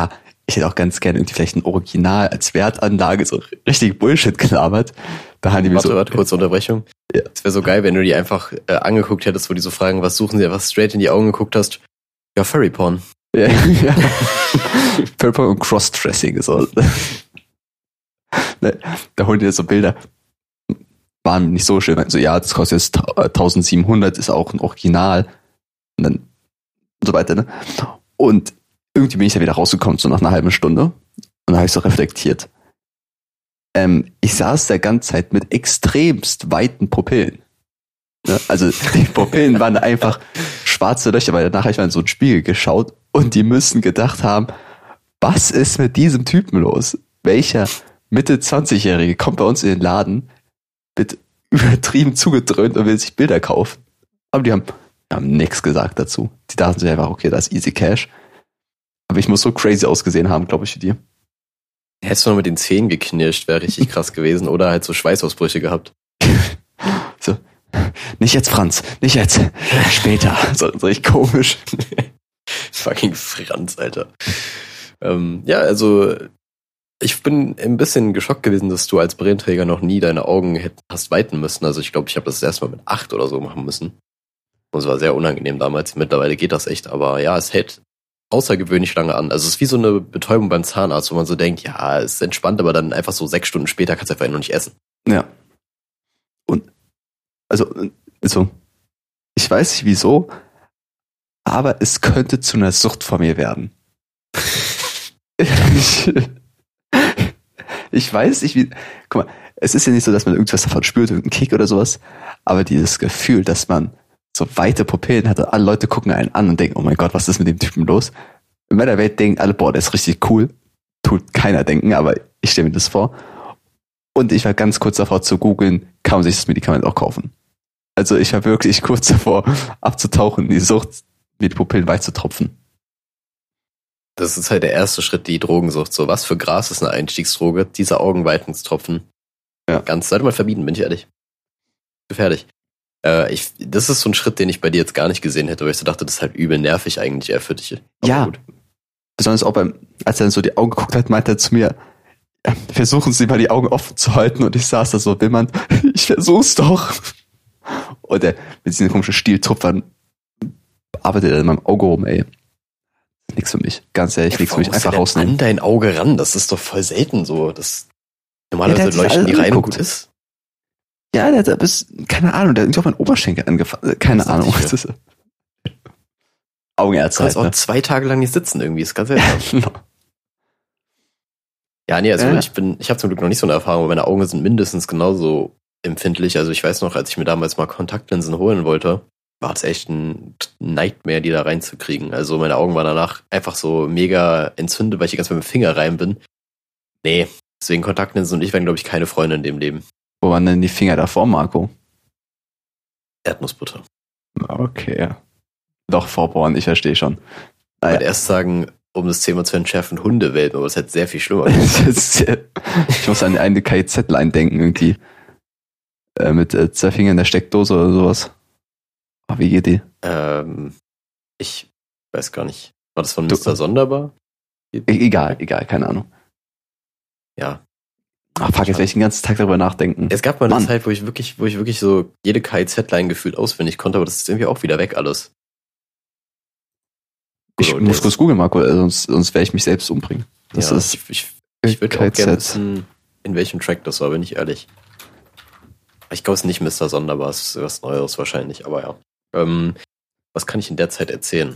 ich hätte auch ganz gerne irgendwie vielleicht ein Original als Wertanlage, so richtig Bullshit gelabert. Da haben die mir warte, so, warte, kurze Unterbrechung. Ja. Es wäre so geil, wenn du die einfach äh, angeguckt hättest, wo die so fragen, was suchen sie, einfach straight in die Augen geguckt hast. Ja, Furry Porn. Ja, ja. Purple und Crossdressing ist so. Ne, da holen die so Bilder. Waren nicht so schön. So, ja, das kostet jetzt eintausendsiebenhundert, ist auch ein Original. Und dann und so weiter, ne? Und irgendwie bin ich da wieder rausgekommen, so nach einer halben Stunde. Und dann habe ich so reflektiert. Ähm, ich saß der ganze Zeit mit extremst weiten Pupillen. Ne? Also die Pupillen waren einfach schwarze Löcher, weil danach habe ich mal in so einen Spiegel geschaut und die müssen gedacht haben, was ist mit diesem Typen los? Welcher Mitte zwanzigjährige kommt bei uns in den Laden, wird übertrieben zugedröhnt und will sich Bilder kaufen. Aber die haben, die haben nichts gesagt dazu. Die dachten sich einfach, okay, das ist easy cash. Aber ich muss so crazy ausgesehen haben, glaube ich, für die. Hättest du noch mit den Zähnen geknirscht, wäre richtig krass gewesen. Oder halt so Schweißausbrüche gehabt. So, nicht jetzt, Franz, nicht jetzt. Später. So, so richtig komisch. Fucking Franz, Alter. Ähm, ja, also ich bin ein bisschen geschockt gewesen, dass du als Brillenträger noch nie deine Augen hätt, hast weiten müssen. Also ich glaube, ich habe das erstmal mit acht oder so machen müssen. Und es war sehr unangenehm damals. Mittlerweile geht das echt. Aber ja, es hält außergewöhnlich lange an. Also es ist wie so eine Betäubung beim Zahnarzt, wo man so denkt, ja, es ist entspannt, aber dann einfach so sechs Stunden später kannst du einfach noch nicht essen. Ja. Und also, also ich weiß nicht wieso, aber es könnte zu einer Sucht von mir werden. ich, ich weiß nicht wie. Guck mal, es ist ja nicht so, dass man irgendwas davon spürt, irgendeinen Kick oder sowas, aber dieses Gefühl, dass man so weite Pupillen hat und alle Leute gucken einen an und denken, oh mein Gott, was ist mit dem Typen los? In meiner Welt denken alle, boah, der ist richtig cool. Tut keiner denken, aber ich stelle mir das vor. Und ich war ganz kurz davor zu googeln, kann man sich das Medikament auch kaufen? Also ich war wirklich kurz davor abzutauchen, in die Sucht, mir die Pupillen weit zu tropfen. Das ist halt der erste Schritt, die Drogensucht. So, was für Gras ist eine Einstiegsdroge? Diese Augenweitungstropfen. Ja. Ganz, sollte man verbieten, bin ich ehrlich. Gefährlich. Äh, ich, das ist so ein Schritt, den ich bei dir jetzt gar nicht gesehen hätte, weil ich so dachte, das ist halt übel nervig eigentlich eher für dich. Aber ja. Gut. Besonders auch beim, als er dann so die Augen geguckt hat, meinte er zu mir, versuchen Sie mal die Augen offen zu halten. Und ich saß da so wimmernd, ich versuch's doch. Und er mit diesen komischen Stieltupfern arbeitet er in meinem Auge rum, ey. Nix für mich. Ganz ehrlich, Ja, nix für mich. Einfach an rausnehmen. dein Auge ran, das ist doch voll selten so. Das, normalerweise Ja, der hat leuchten sich die alle rein und angeguckt. gut ist. Ja, der hat bis, keine Ahnung, der hat irgendwie auf meinen Oberschenkel angefangen. Keine Das ist Ahnung. sicher. Das ist, Du Augenärzte kannst halt, auch ne? zwei Tage lang nicht sitzen irgendwie, ist ganz seltsam. Genau. Ja, nee, also Ja. ich bin, ich habe zum Glück noch nicht so eine Erfahrung, aber meine Augen sind mindestens genauso empfindlich. Also ich weiß noch, als ich mir damals mal Kontaktlinsen holen wollte, war es echt ein Nightmare, die da reinzukriegen. Also meine Augen waren danach einfach so mega entzündet, weil ich die ganze Zeit mit dem Finger rein bin. Nee, deswegen Kontaktlinsen und ich werden, glaube ich, keine Freunde in dem Leben. Wo waren denn die Finger davor, Marco? Erdnussbutter. Okay, ja. Doch, vorbohren, ich verstehe schon. Ich wollte Naja. erst sagen, um das Thema zu entschärfen, Hundewelpen, aber das hätte sehr viel schlimmer. Ich muss an eine K I Z-Line denken, irgendwie. Äh, mit äh, zwei Fingern in der Steckdose oder sowas. Oh, wie geht die? ähm, ich weiß gar nicht. War das von Du- Mister Sonderbar? E egal, egal, keine Ahnung. Ja. Ach, fuck, jetzt werde ich den ganzen Tag darüber nachdenken. Es gab mal eine Mann. Zeit, wo ich wirklich, wo ich wirklich so jede K I Z-Line gefühlt auswendig konnte, aber das ist irgendwie auch wieder weg alles. Ich Good old muss days. kurz googeln, Marco, äh, sonst, sonst werde ich mich selbst umbringen. Das ja, ist ich, ich, ich würde auch K I Z. gerne wissen, in welchem Track das war, bin ich ehrlich. Ich glaube, es ist nicht Mister Sonderbar, es ist was Neues wahrscheinlich, aber ja. Ähm, was kann ich in der Zeit erzählen?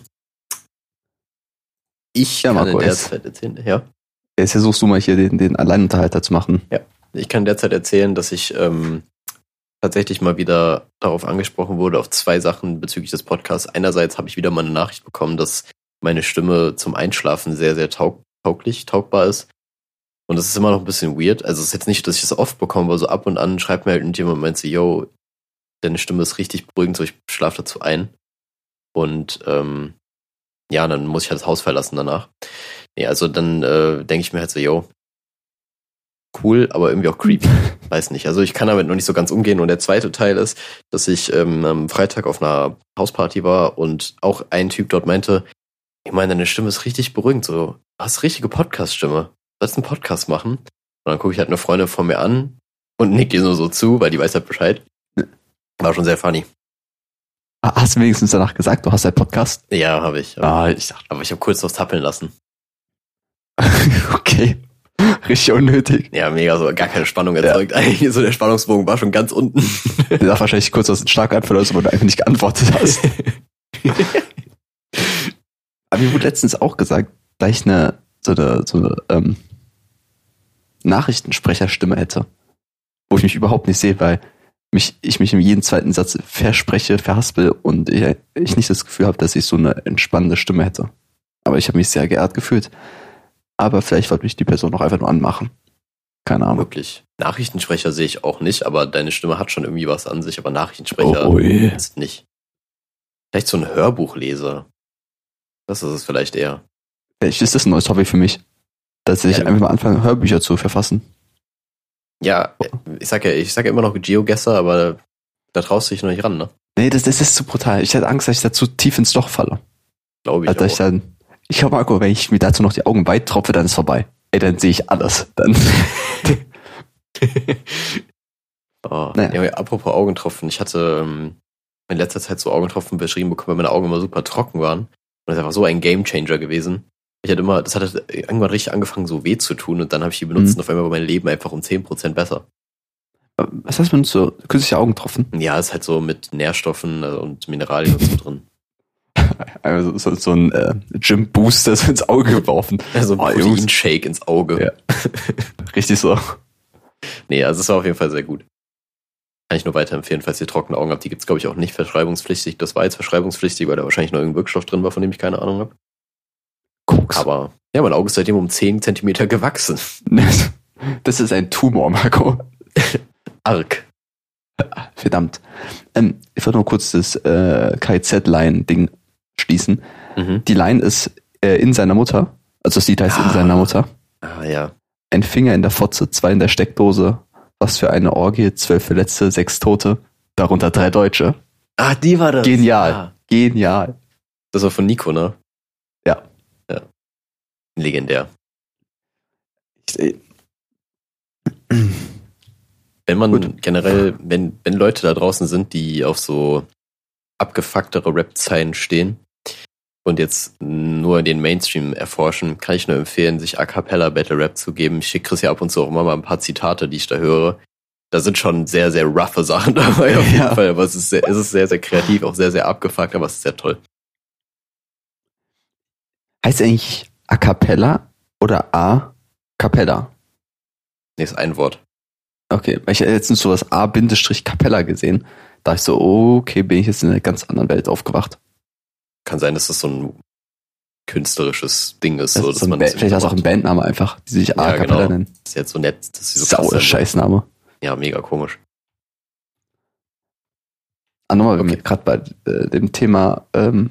Ich Ja, kann Marco, in der jetzt- Zeit erzählen, ja. Jetzt versuchst du mal hier den, den Alleinunterhalter zu machen. Ich kann derzeit erzählen, dass ich ähm, tatsächlich mal wieder darauf angesprochen wurde, auf zwei Sachen bezüglich des Podcasts. Einerseits habe ich wieder mal eine Nachricht bekommen, dass meine Stimme zum Einschlafen sehr, sehr taug tauglich, taugbar ist. Und das ist immer noch ein bisschen weird. Also es ist jetzt nicht, dass ich das oft bekomme, aber so ab und an schreibt mir halt irgendjemand und meint so, yo, deine Stimme ist richtig beruhigend, so ich schlafe dazu ein. Und ähm, ja, dann muss ich halt das Haus verlassen danach. Nee, also dann äh, denke ich mir halt so, yo, cool, aber irgendwie auch creepy. Weiß nicht. Also ich kann damit noch nicht so ganz umgehen. Und der zweite Teil ist, dass ich ähm, am Freitag auf einer Hausparty war und auch ein Typ dort meinte, Ich meine, deine Stimme ist richtig beruhigend. So, du hast richtige Podcast-Stimme. Du sollst einen Podcast machen. Und dann gucke ich halt eine Freundin von mir an und nick ihr nur so zu, weil die weiß halt Bescheid. War schon sehr funny. Hast du wenigstens danach gesagt, du hast einen Podcast? Ja, habe ich. Ah, ich dachte. Aber ich habe kurz noch zappeln lassen. Okay. Richtig unnötig. Ja, mega, so gar keine Spannung erzeugt. Ja. Eigentlich so der Spannungsbogen war schon ganz unten. Der darf wahrscheinlich kurz aus dem Schlaganfall aus, weil du einfach nicht geantwortet hast. Aber mir wurde letztens auch gesagt, da ich eine so eine, so eine ähm, Nachrichtensprecherstimme hätte, wo ich mich überhaupt nicht sehe, weil mich, ich mich in jedem zweiten Satz verspreche, verhaspel und ich, ich nicht das Gefühl habe, dass ich so eine entspannende Stimme hätte. Aber ich habe mich sehr geehrt gefühlt. Aber vielleicht wollte mich die Person auch einfach nur anmachen. Keine Ahnung. Wirklich. Nachrichtensprecher sehe ich auch nicht, aber deine Stimme hat schon irgendwie was an sich, aber Nachrichtensprecher oh, oh yeah. ist nicht. Vielleicht so ein Hörbuchleser. Das ist es vielleicht eher. Vielleicht ist das ein neues Hobby für mich. Dass ich ja, einfach mal anfange, Hörbücher zu verfassen. Ja, ich sag ja, ich sag ja immer noch GeoGuessr, aber da traust du dich noch nicht ran, ne? Nee, das, das ist zu brutal. Ich hätte Angst, dass ich da zu tief ins Loch falle. Glaube ich also, auch. Ich dann, ich glaube, Marco, wenn ich mir dazu noch die Augen weit tropfe, dann ist vorbei. Ey, dann sehe ich alles. Dann. oh, naja. Ja, apropos Augentropfen. Ich hatte ähm, in letzter Zeit so Augentropfen beschrieben bekommen, weil meine Augen immer super trocken waren. Und das ist einfach so ein Gamechanger gewesen. Ich hatte immer, das hat irgendwann richtig angefangen, so weh zu tun. Und dann habe ich die benutzt mhm. und auf einmal war mein Leben einfach um zehn Prozent besser. Was heißt mit so künstliche Augentropfen? Ja, ist halt so mit Nährstoffen und Mineralien und so drin. Also so, so ein äh, Gym-Booster so ins Auge geworfen. Also ein oh, Protein-Shake ins Auge. Ja. Richtig so. Nee, also es war auf jeden Fall sehr gut. Kann ich nur weiterempfehlen, falls ihr trockene Augen habt. Die gibt's glaube ich auch nicht verschreibungspflichtig. Das war jetzt verschreibungspflichtig, weil da wahrscheinlich noch irgendein Wirkstoff drin war, von dem ich keine Ahnung habe. Guck's. Aber ja, mein Auge ist seitdem um zehn Zentimeter gewachsen. Das ist ein Tumor, Marco. Arg. Verdammt. Ähm, ich wollte nur kurz das äh, K I Z-Line-Ding schließen. Mhm. Die Line ist äh, in seiner Mutter. Also das Lied heißt ah. in seiner Mutter. Ah, ja. Ein Finger in der Fotze, zwei in der Steckdose. Was für eine Orgie, zwölf Verletzte, sechs Tote. Darunter drei Deutsche. Ah, die war das. Genial. Ah. Genial. Das war von Nico, ne? Ja. Ja. Legendär. Ich seh. Wenn man Gut. generell, wenn, wenn Leute da draußen sind, die auf so abgefucktere Rap-Zeilen stehen und jetzt nur den Mainstream erforschen, kann ich nur empfehlen, sich A Cappella Battle Rap zu geben. Ich schicke Chris ja ab und zu auch immer mal ein paar Zitate, die ich da höre. Da sind schon sehr, sehr roughe Sachen dabei auf jeden ja. Fall, aber es ist, sehr, es ist sehr, sehr kreativ, auch sehr, sehr abgefuckt, aber es ist sehr toll. Heißt eigentlich A Cappella oder A Cappella? Nee, ist ein Wort. Okay, weil ich hätte jetzt so das A-Cappella gesehen. Da ich so, okay, bin ich jetzt in einer ganz anderen Welt aufgewacht. Kann sein, dass das so ein künstlerisches Ding ist. Das so, ist dass so ein man ba- das vielleicht hast du auch einen Bandname einfach, die sich A ja, Cappella genau. nennen. Das ist jetzt so nett. Das ist so Sauer Scheißname. Ja, mega komisch. Ah, nochmal, wenn Okay. wir gerade bei äh, dem Thema ähm,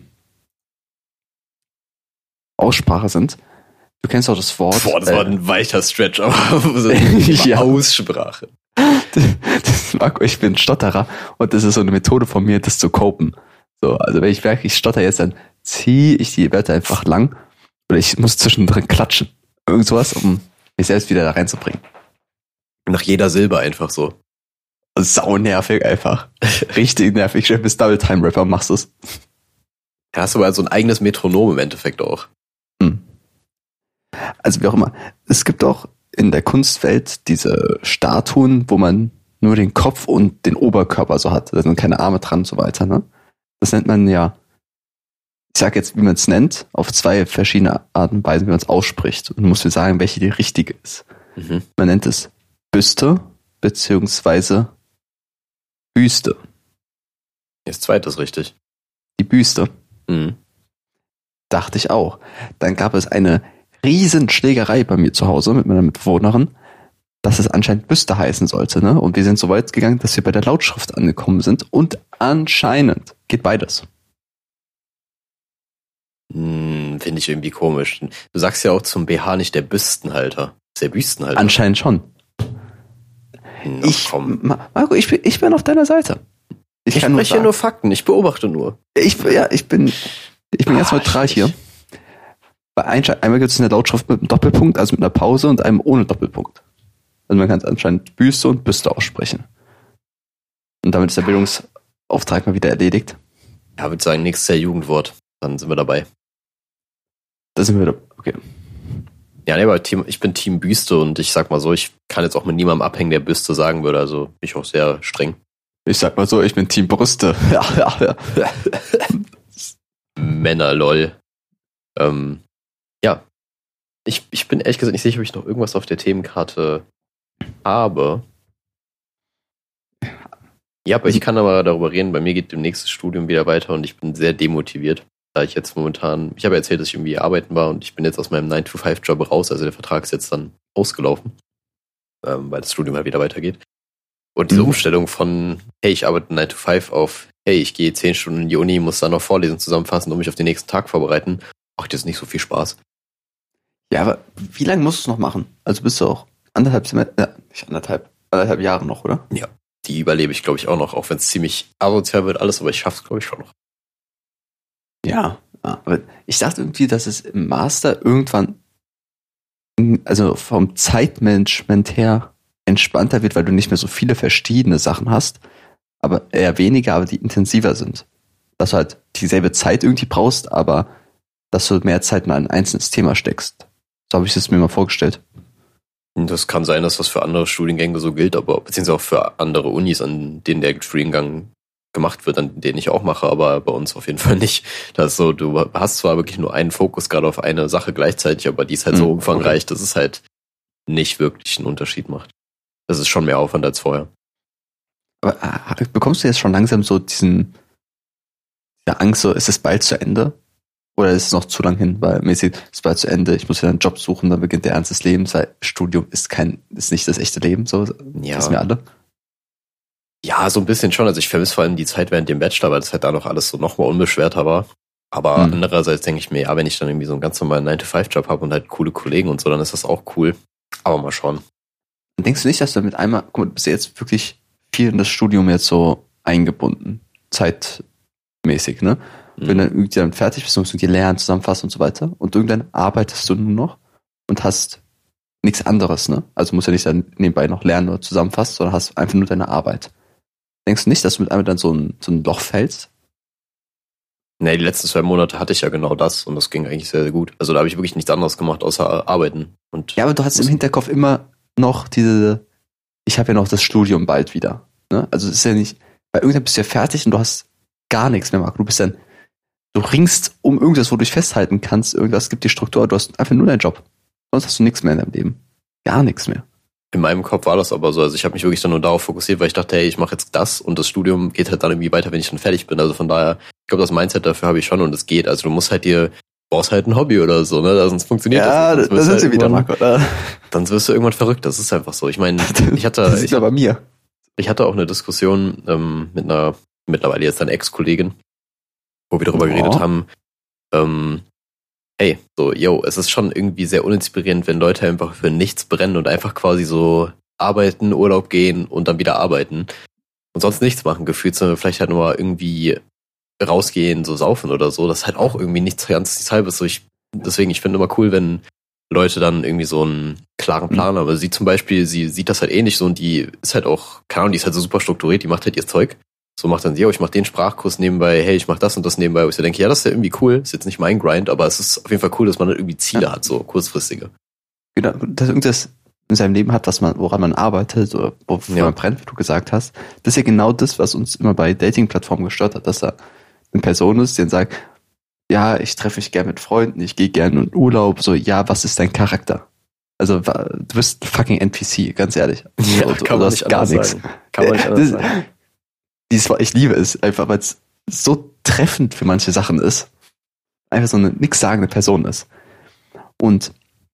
Aussprache sind. Du kennst auch das Wort. Boah, das äh, war ein weicher Stretch, aber so Ja. Aussprache. das, Marco, ich bin Stotterer und das ist so eine Methode von mir, das zu copen. So, also wenn ich wirklich stotter jetzt, dann ziehe ich die Wörter einfach lang oder ich muss zwischendrin klatschen. Irgend sowas, um mich selbst wieder da reinzubringen. Nach jeder Silbe einfach so. Sau nervig einfach. Richtig nervig. Ich stell bis Double-Time-Rapper machst du's. Da hast du aber so ein eigenes Metronom im Endeffekt auch. Hm. Also wie auch immer. Es gibt auch in der Kunstwelt diese Statuen, wo man nur den Kopf und den Oberkörper so hat. Da sind keine Arme dran und so weiter. Ne? Das nennt man ja, ich sag jetzt, wie man es nennt, auf zwei verschiedene Arten und Weisen, wie man es ausspricht. Und muss mir sagen, welche die richtige ist. Mhm. Man nennt es Büste beziehungsweise Büste. Das zweite ist richtig. Die Büste. Mhm. Dachte ich auch. Dann gab es eine riesen Schlägerei bei mir zu Hause mit meiner Mitbewohnerin, dass es anscheinend Büste heißen sollte, ne? Und wir sind so weit gegangen, dass wir bei der Lautschrift angekommen sind und anscheinend geht beides. Hm, finde ich irgendwie komisch. Du sagst ja auch zum B H nicht der Büstenhalter. Ist der Büstenhalter? Anscheinend schon. Na, Ich, komm. Ma- Marco, ich bin, ich bin auf deiner Seite. Ich kann spreche sagen- nur Fakten, ich beobachte nur. Ich, ja, ich bin, ich bin Ah, ganz neutral ich- hier. Bei Einstein, einmal gibt es eine Lautschrift mit einem Doppelpunkt, also mit einer Pause und einem ohne Doppelpunkt. Also man kann anscheinend Büste und Büste aussprechen. Und damit ist der Bildungsauftrag mal wieder erledigt. Ja, würde sagen, nächstes Jahr Jugendwort. Dann sind wir dabei. Da sind wir wieder, okay. Ja, nee, aber Team, ich bin Team Büste und ich sag mal so, ich kann jetzt auch mit niemandem abhängen, der Büste sagen würde. Also bin ich auch sehr streng. Ich sag mal so, ich bin Team Brüste. Ja, ja, ja. Männer, lol. Ähm, ja. Ich, ich bin ehrlich gesagt nicht sicher, ob ich noch irgendwas auf der Themenkarte habe. Ja, aber ich kann aber darüber reden. Bei mir geht demnächst das Studium wieder weiter und ich bin sehr demotiviert, da ich jetzt momentan, ich habe erzählt, dass ich irgendwie arbeiten war und ich bin jetzt aus meinem nine to five Job raus, also der Vertrag ist jetzt dann ausgelaufen, ähm, weil das Studium halt wieder weitergeht. Und diese Umstellung von, hey, ich arbeite nine to five auf, hey, ich gehe zehn Stunden in die Uni, muss dann noch Vorlesungen zusammenfassen und mich auf den nächsten Tag vorbereiten, macht jetzt nicht so viel Spaß. Ja, aber wie lange musst du es noch machen? Also bist du auch anderthalb Semester, ja, nicht anderthalb, anderthalb Jahre noch, oder? Ja, die überlebe ich, glaube ich, auch noch, auch wenn es ziemlich asozial wird alles, aber ich schaffe es, glaube ich, schon noch. Ja, aber ich dachte irgendwie, dass es im Master irgendwann, also vom Zeitmanagement her, entspannter wird, weil du nicht mehr so viele verschiedene Sachen hast, aber eher weniger, aber die intensiver sind. Dass du halt dieselbe Zeit irgendwie brauchst, aber dass du mehr Zeit in ein einzelnes Thema steckst. So habe ich es mir mal vorgestellt. Das kann sein, dass das für andere Studiengänge so gilt, aber beziehungsweise auch für andere Unis, an denen der Studiengang gemacht wird, an denen ich auch mache, aber bei uns auf jeden Fall nicht. Das ist so, du hast zwar wirklich nur einen Fokus gerade auf eine Sache gleichzeitig, aber die ist halt so umfangreich, okay, dass es halt nicht wirklich einen Unterschied macht. Das ist schon mehr Aufwand als vorher. Aber äh, bekommst du jetzt schon langsam so diesen, diese Angst, so ist es bald zu Ende? Oder ist es noch zu lang hin? Weil mäßig ist es bald zu Ende, ich muss wieder einen Job suchen, dann beginnt der Ernst des Lebens, weil Studium ist kein, ist nicht das echte Leben, so ja. Wissen wir alle. Ja, so ein bisschen schon. Also ich vermisse vor allem die Zeit während dem Bachelor, weil das halt da noch alles so nochmal unbeschwerter war. Aber mhm. andererseits denke ich mir, ja, wenn ich dann irgendwie so einen ganz normalen nine to five Job habe und halt coole Kollegen und so, dann ist das auch cool. Aber mal schauen. Denkst du nicht, dass du mit einmal, guck mal, du bist ja jetzt wirklich viel in das Studium jetzt so eingebunden, zeitmäßig, ne? Mhm. Wenn du dann irgendwie dann fertig bist, musst du dir lernen, zusammenfassen und so weiter. Und irgendwann arbeitest du nur noch und hast nichts anderes, ne? Also musst ja nicht dann nebenbei noch lernen oder zusammenfassen, sondern hast einfach nur deine Arbeit. Denkst du nicht, dass du mit einmal dann so ein, so ein Loch fällst? Nee, die letzten zwei Monate hatte ich ja genau das und das ging eigentlich sehr, sehr gut. Also da habe ich wirklich nichts anderes gemacht, außer arbeiten. Und ja, aber du hast im Hinterkopf immer noch diese, ich habe ja noch das Studium bald wieder. Ne? Also es ist ja nicht, weil irgendwann bist du ja fertig und du hast gar nichts mehr, Marco. Du bist dann, du ringst um irgendwas, wo du dich festhalten kannst. Irgendwas gibt dir Struktur, du hast einfach nur deinen Job. Sonst hast du nichts mehr in deinem Leben. Gar nichts mehr. In meinem Kopf war das aber so. Also ich habe mich wirklich dann nur darauf fokussiert, weil ich dachte, hey, ich mache jetzt das und das Studium geht halt dann irgendwie weiter, wenn ich dann fertig bin. Also von daher, ich glaube, das Mindset dafür habe ich schon und es geht. Also du musst halt dir, brauchst halt ein Hobby oder so, ne? Sonst funktioniert ja, das nicht. Ja, da sind sie wieder, Marco. Dann wirst du irgendwann verrückt. Das ist einfach so. Ich meine, ich hatte, das ist ich, ja bei mir. Ich hatte auch eine Diskussion ähm, mit einer mittlerweile jetzt eine Ex-Kollegin, wo wir darüber oh. geredet haben, ähm, hey, so, yo, es ist schon irgendwie sehr uninspirierend, wenn Leute einfach für nichts brennen und einfach quasi so arbeiten, Urlaub gehen und dann wieder arbeiten und sonst nichts machen, gefühlt, sondern vielleicht halt nur irgendwie rausgehen, so saufen oder so. Das ist halt auch irgendwie nichts ganz nichts halbes. So ich, deswegen, ich finde immer cool, wenn Leute dann irgendwie so einen klaren Plan haben. Also sie zum Beispiel, sie sieht das halt ähnlich so und die ist halt auch, keine Ahnung, die ist halt so super strukturiert, die macht halt ihr Zeug. So macht dann sie, yo, ich mach den Sprachkurs nebenbei, hey, ich mach das und das nebenbei. Wo ich so denke, ja, das ist ja irgendwie cool, ist jetzt nicht mein Grind, aber es ist auf jeden Fall cool, dass man halt irgendwie Ziele ja. hat, so kurzfristige. Genau, dass irgendwas in seinem Leben hat, was man, woran man arbeitet oder wofür ja. man brennt, wie du gesagt hast. Das ist ja genau das, was uns immer bei Dating-Plattformen gestört hat, dass da eine Person ist, die dann sagt, ja, ich treffe mich gern mit Freunden, ich gehe gerne in Urlaub, so, ja, was ist dein Charakter? Also, du bist ein fucking N P C, ganz ehrlich. Ja, du, kann man nicht gar nichts. Sagen. Kann man nicht anders das, sagen. Dies, ich liebe es, einfach weil es so treffend für manche Sachen ist. Einfach so eine nichtssagende Person ist. Und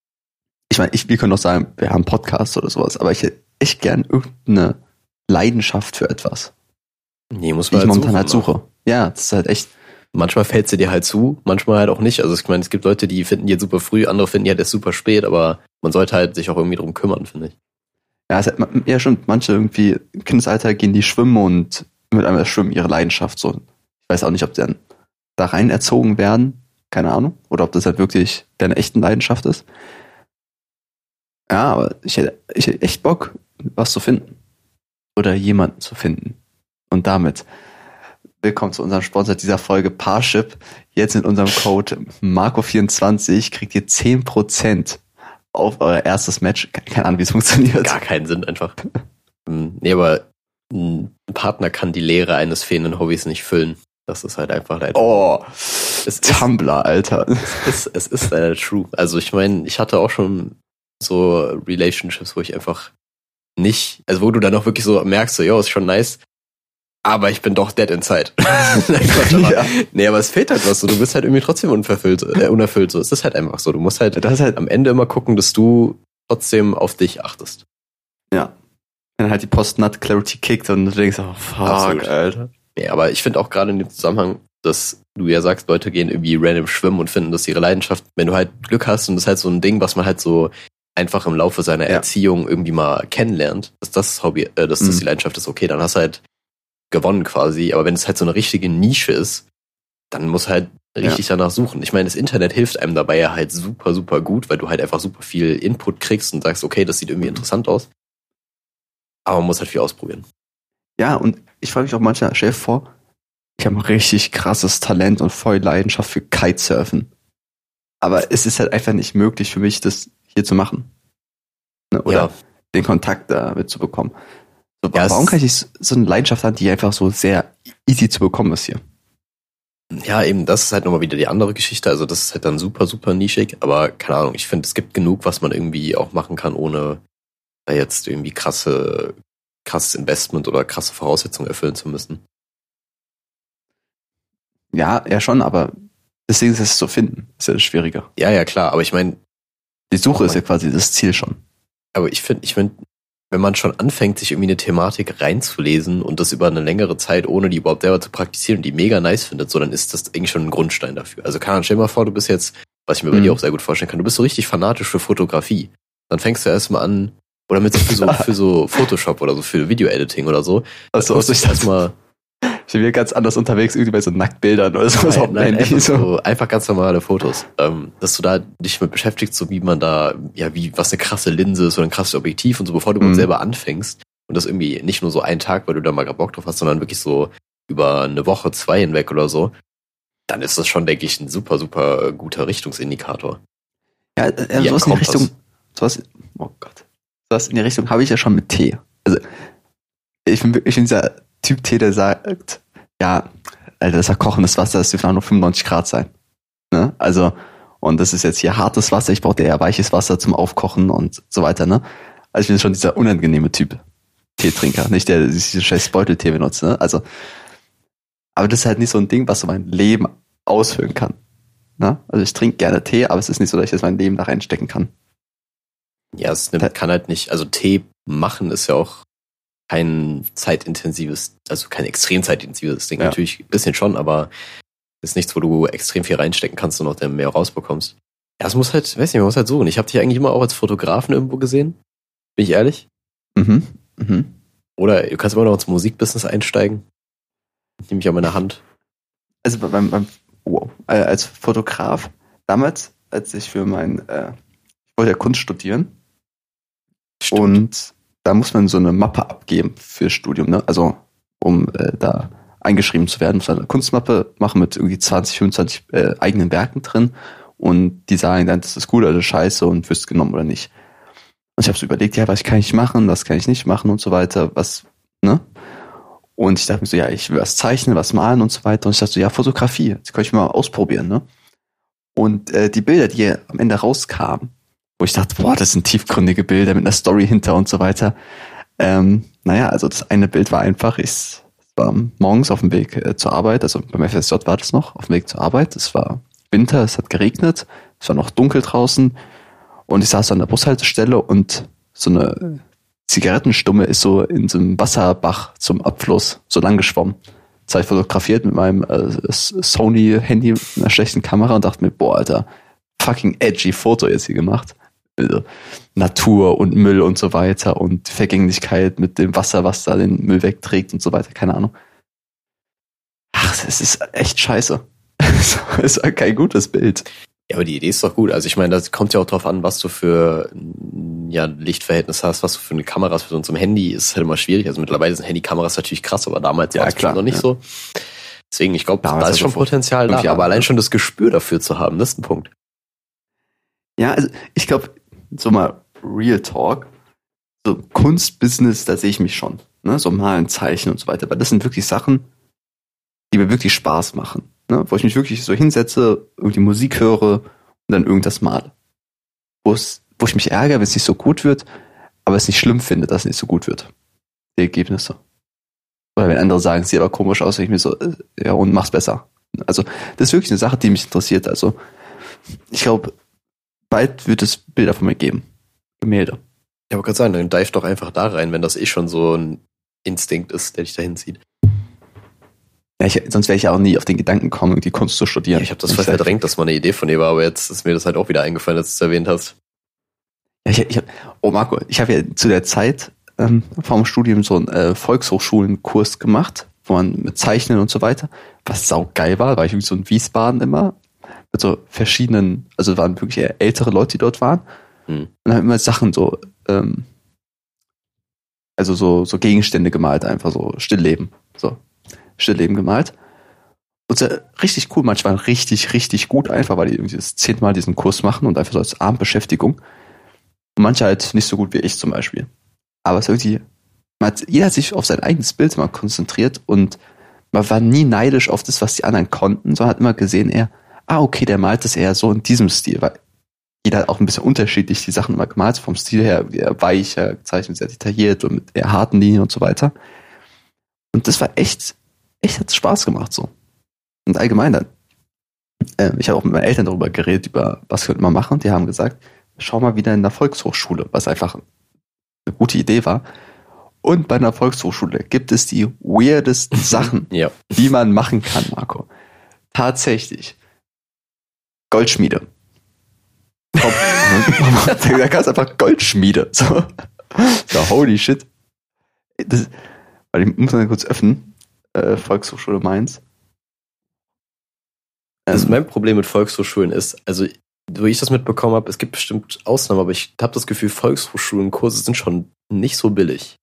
ich meine, ich, wir können doch sagen, wir haben Podcasts oder sowas, aber ich hätte echt gern irgendeine Leidenschaft für etwas. Nee, muss man die ich halt momentan suchen, halt suche. Ne? Ja, das ist halt echt. Manchmal fällt sie dir halt zu, manchmal halt auch nicht. Also ich meine, es gibt Leute, die finden die halt super früh, andere finden die halt erst super spät, aber man sollte halt sich auch irgendwie drum kümmern, finde ich. Ja, es hat, ja, stimmt. Manche irgendwie im Kindesalter gehen die schwimmen und mit einmal Schwimmen ihre Leidenschaft so. Ich weiß auch nicht, ob sie dann da rein erzogen werden Keine Ahnung. Oder ob das halt wirklich deine echten Leidenschaft ist. Ja, aber ich hätte, ich hätte echt Bock, was zu finden. Oder jemanden zu finden. Und damit willkommen zu unserem Sponsor dieser Folge, Parship. Jetzt mit unserem Code Marco vierundzwanzig kriegt ihr zehn Prozent auf euer erstes Match. Keine Ahnung, wie es funktioniert. Gar keinen Sinn einfach. Nee, aber ein Partner kann die Leere eines fehlenden Hobbys nicht füllen. Das ist halt einfach leider. Oh, es ist, Tumblr, Alter. Es ist, es ist leider true. Also ich meine, ich hatte auch schon so Relationships, wo ich einfach nicht, also wo du dann auch wirklich so merkst, so, yo, ist schon nice, aber ich bin doch dead inside. Ja. Nee, aber es fehlt halt was, so, du bist halt irgendwie trotzdem unverfüllt, äh, unerfüllt, so. Es ist halt einfach so, du musst halt, das ist halt am Ende immer gucken, dass du trotzdem auf dich achtest. Ja. Wenn halt die Post-Nut-Clarity kickt und du denkst, oh fuck, Absolut. Alter. Nee, aber ich finde auch gerade in dem Zusammenhang, dass du ja sagst, Leute gehen irgendwie random schwimmen und finden das ihre Leidenschaft, wenn du halt Glück hast und das ist halt so ein Ding, was man halt so einfach im Laufe seiner ja. Erziehung irgendwie mal kennenlernt, dass das Hobby, äh, dass das mhm. die Leidenschaft ist, okay, dann hast du halt gewonnen quasi, aber wenn es halt so eine richtige Nische ist, dann muss halt richtig ja. danach suchen. Ich meine, das Internet hilft einem dabei ja halt super, super gut, weil du halt einfach super viel Input kriegst und sagst, okay, das sieht irgendwie interessant aus, aber man muss halt viel ausprobieren. Ja, und ich frage mich auch manchmal, stell dir vor, ich habe ein richtig krasses Talent und voll Leidenschaft für Kitesurfen, aber es ist halt einfach nicht möglich für mich, das hier zu machen. Ne? Oder ja. den Kontakt damit zu bekommen. So, ja, warum kann ich nicht so eine Leidenschaft haben, die einfach so sehr easy zu bekommen ist hier? Ja, eben, das ist halt nochmal wieder die andere Geschichte. Also das ist halt dann super, super nischig. Aber keine Ahnung, ich finde, es gibt genug, was man irgendwie auch machen kann, ohne da jetzt irgendwie krasse, krasses Investment oder krasse Voraussetzungen erfüllen zu müssen. Ja, ja schon, aber deswegen ist es zu finden. Ist ja das Schwierige. Ja, ja, klar. Aber ich meine, die Suche ist ja quasi das Ziel schon. Aber ich finde, ich finde, wenn man schon anfängt, sich irgendwie eine Thematik reinzulesen und das über eine längere Zeit, ohne die überhaupt selber zu praktizieren und die mega nice findet, so, dann ist das eigentlich schon ein Grundstein dafür. Also kann man, stell dir mal vor, du bist jetzt, was ich mir bei mhm. dir auch sehr gut vorstellen kann, du bist so richtig fanatisch für Fotografie. Dann fängst du erstmal an, oder mit so für so, für so Photoshop oder so, für Video-Editing oder so. Also muss ich erstmal. Ich bin wieder ganz anders unterwegs, irgendwie bei so Nacktbildern oder sowas auf dem Handy. Einfach, so, einfach ganz normale Fotos. Ähm, dass du da dich mit beschäftigst, so wie man da, ja, wie, was eine krasse Linse ist oder ein krasses Objektiv und so, bevor du mhm. selber anfängst. Und das irgendwie nicht nur so einen Tag, weil du da mal Bock drauf hast, sondern wirklich so über eine Woche, zwei hinweg oder so. Dann ist das schon, denke ich, ein super, super guter Richtungsindikator. Ja, äh, sowas in die Richtung, sowas, oh Gott. Sowas in die Richtung habe ich ja schon mit Tee. Also, ich bin wirklich dieser Typ Tee, der sagt, ja, Alter, das ist ja kochendes Wasser, das dürfen auch nur fünfundneunzig Grad sein. Ne? Also, und das ist jetzt hier hartes Wasser, ich brauche eher weiches Wasser zum Aufkochen und so weiter, ne? Also ich bin schon dieser unangenehme Typ Teetrinker, nicht der, der diesen scheiß Beuteltee benutzt, ne? Also, aber das ist halt nicht so ein Ding, was so mein Leben ausfüllen kann. Ne? Also ich trinke gerne Tee, aber es ist nicht so, dass ich jetzt mein Leben da reinstecken kann. Ja, es nimmt, kann halt nicht, also Tee machen ist ja auch kein zeitintensives, also kein extrem zeitintensives Ding. Ja. Natürlich ein bisschen schon, aber ist nichts, wo du extrem viel reinstecken kannst und noch mehr rausbekommst. Ja, es muss halt, weiß nicht, man muss halt suchen. Ich habe dich eigentlich immer auch als Fotografen irgendwo gesehen. Bin ich ehrlich? Mhm. Mhm. Oder du kannst immer noch ins Musikbusiness einsteigen. Nehme ich an meine Hand. Also beim, beim wow, als Fotograf, damals, als ich für mein, äh, ich wollte ja Kunst studieren. Stimmt. Und da muss man so eine Mappe abgeben fürs Studium, ne? Also, um äh, da eingeschrieben zu werden, muss man eine Kunstmappe machen mit irgendwie zwanzig, fünfundzwanzig äh, eigenen Werken drin und die sagen dann, das ist gut oder scheiße und wirst genommen oder nicht. Und ich habe so überlegt, ja, was kann ich machen, was kann ich nicht machen und so weiter, was, ne? Und ich dachte mir so, ja, ich will was zeichnen, was malen und so weiter. Und ich dachte so, ja, Fotografie, das kann ich mal ausprobieren, ne? Und äh, die Bilder, die am Ende rauskamen, wo ich dachte, boah, das sind tiefgründige Bilder mit einer Story hinter und so weiter. Ähm, naja, also das eine Bild war einfach, ich war morgens auf dem Weg äh, zur Arbeit, also beim F S J war das noch, auf dem Weg zur Arbeit. Es war Winter, es hat geregnet, es war noch dunkel draußen und ich saß an der Bushaltestelle und so eine Zigarettenstumme ist so in so einem Wasserbach zum Abfluss so lang geschwommen. Das habe ich fotografiert mit meinem äh, Sony-Handy mit einer schlechten Kamera und dachte mir, boah, Alter, fucking edgy Foto jetzt hier gemacht. Also Natur und Müll und so weiter und Vergänglichkeit mit dem Wasser, was da den Müll wegträgt und so weiter, keine Ahnung. Ach, es ist echt scheiße. Es war kein gutes Bild. Ja, aber die Idee ist doch gut. Also ich meine, das kommt ja auch drauf an, was du für ja, Lichtverhältnis hast, was du für eine Kamera hast. Für so ein Handy ist es halt immer schwierig. Also mittlerweile sind Handykameras natürlich krass, aber damals Ja, war es klar, noch nicht ja. so. Deswegen, ich glaube, Damals da ist schon also vor Potenzial da. fünf Jahren, Aber allein ne? schon das Gespür dafür zu haben, das ist ein Punkt. Ja, also ich glaube, so mal Real Talk, so Kunstbusiness, da sehe ich mich schon. Ne? So malen, zeichnen und so weiter. Aber das sind wirklich Sachen, die mir wirklich Spaß machen. Ne? Wo ich mich wirklich so hinsetze, irgendwie Musik höre und dann irgendwas male. Wo es, wo ich mich ärgere, wenn es nicht so gut wird, aber es nicht schlimm finde, dass es nicht so gut wird. Die Ergebnisse. Oder wenn andere sagen, es sieht aber komisch aus, wenn ich mir so, äh, ja, und mach's besser. Also, das ist wirklich eine Sache, die mich interessiert. Also, ich glaube, bald wird es Bilder von mir geben. Gemälde. Ich wollte gerade sagen, dann dive doch einfach da rein, wenn das eh schon so ein Instinkt ist, der dich dahin zieht. Ja, ich, sonst wäre ich ja auch nie auf den Gedanken gekommen, irgendwie Kunst zu studieren. Ja, ich habe das voll verdrängt, dass mal eine Idee von dir war, aber jetzt ist mir das halt auch wieder eingefallen, als du es erwähnt hast. Ja, ich, ich hab, oh Marco, ich habe ja zu der Zeit ähm, vor dem Studium so einen äh, Volkshochschulenkurs gemacht, wo man mit Zeichnen und so weiter, was saugeil war, war ich irgendwie so in Wiesbaden immer, mit so verschiedenen, also waren wirklich eher ältere Leute, die dort waren, Hm. und haben immer Sachen so, ähm, also so, so Gegenstände gemalt, einfach so Stillleben, so Stillleben gemalt. Und so richtig cool, manche waren richtig, richtig gut einfach, weil die irgendwie das zehnmal diesen Kurs machen und einfach so als Abendbeschäftigung. Und manche halt nicht so gut wie ich zum Beispiel. Aber es ist irgendwie, man hat, jeder hat sich auf sein eigenes Bild mal konzentriert und man war nie neidisch auf das, was die anderen konnten, sondern hat immer gesehen, eher, ah, okay, der malt es eher so in diesem Stil, weil jeder hat auch ein bisschen unterschiedlich die Sachen immer gemalt, vom Stil her eher weicher, gezeichnet, sehr detailliert und mit eher harten Linien und so weiter. Und das war echt, echt hat Spaß gemacht so. Und allgemein dann, äh, ich habe auch mit meinen Eltern darüber geredet, über was könnte man machen. Die haben gesagt, schau mal wieder in der Volkshochschule, was einfach eine gute Idee war. Und bei einer Volkshochschule gibt es die weirdesten Sachen, Ja. die man machen kann, Marco. Tatsächlich. Goldschmiede. Da kannst du einfach Goldschmiede. So, so holy shit. Das, weil ich muss mal kurz öffnen. Äh, Volkshochschule Mainz. Also Ähm, mein Problem mit Volkshochschulen ist, also wo ich das mitbekommen habe, es gibt bestimmt Ausnahmen, aber ich habe das Gefühl, Volkshochschulenkurse sind schon nicht so billig.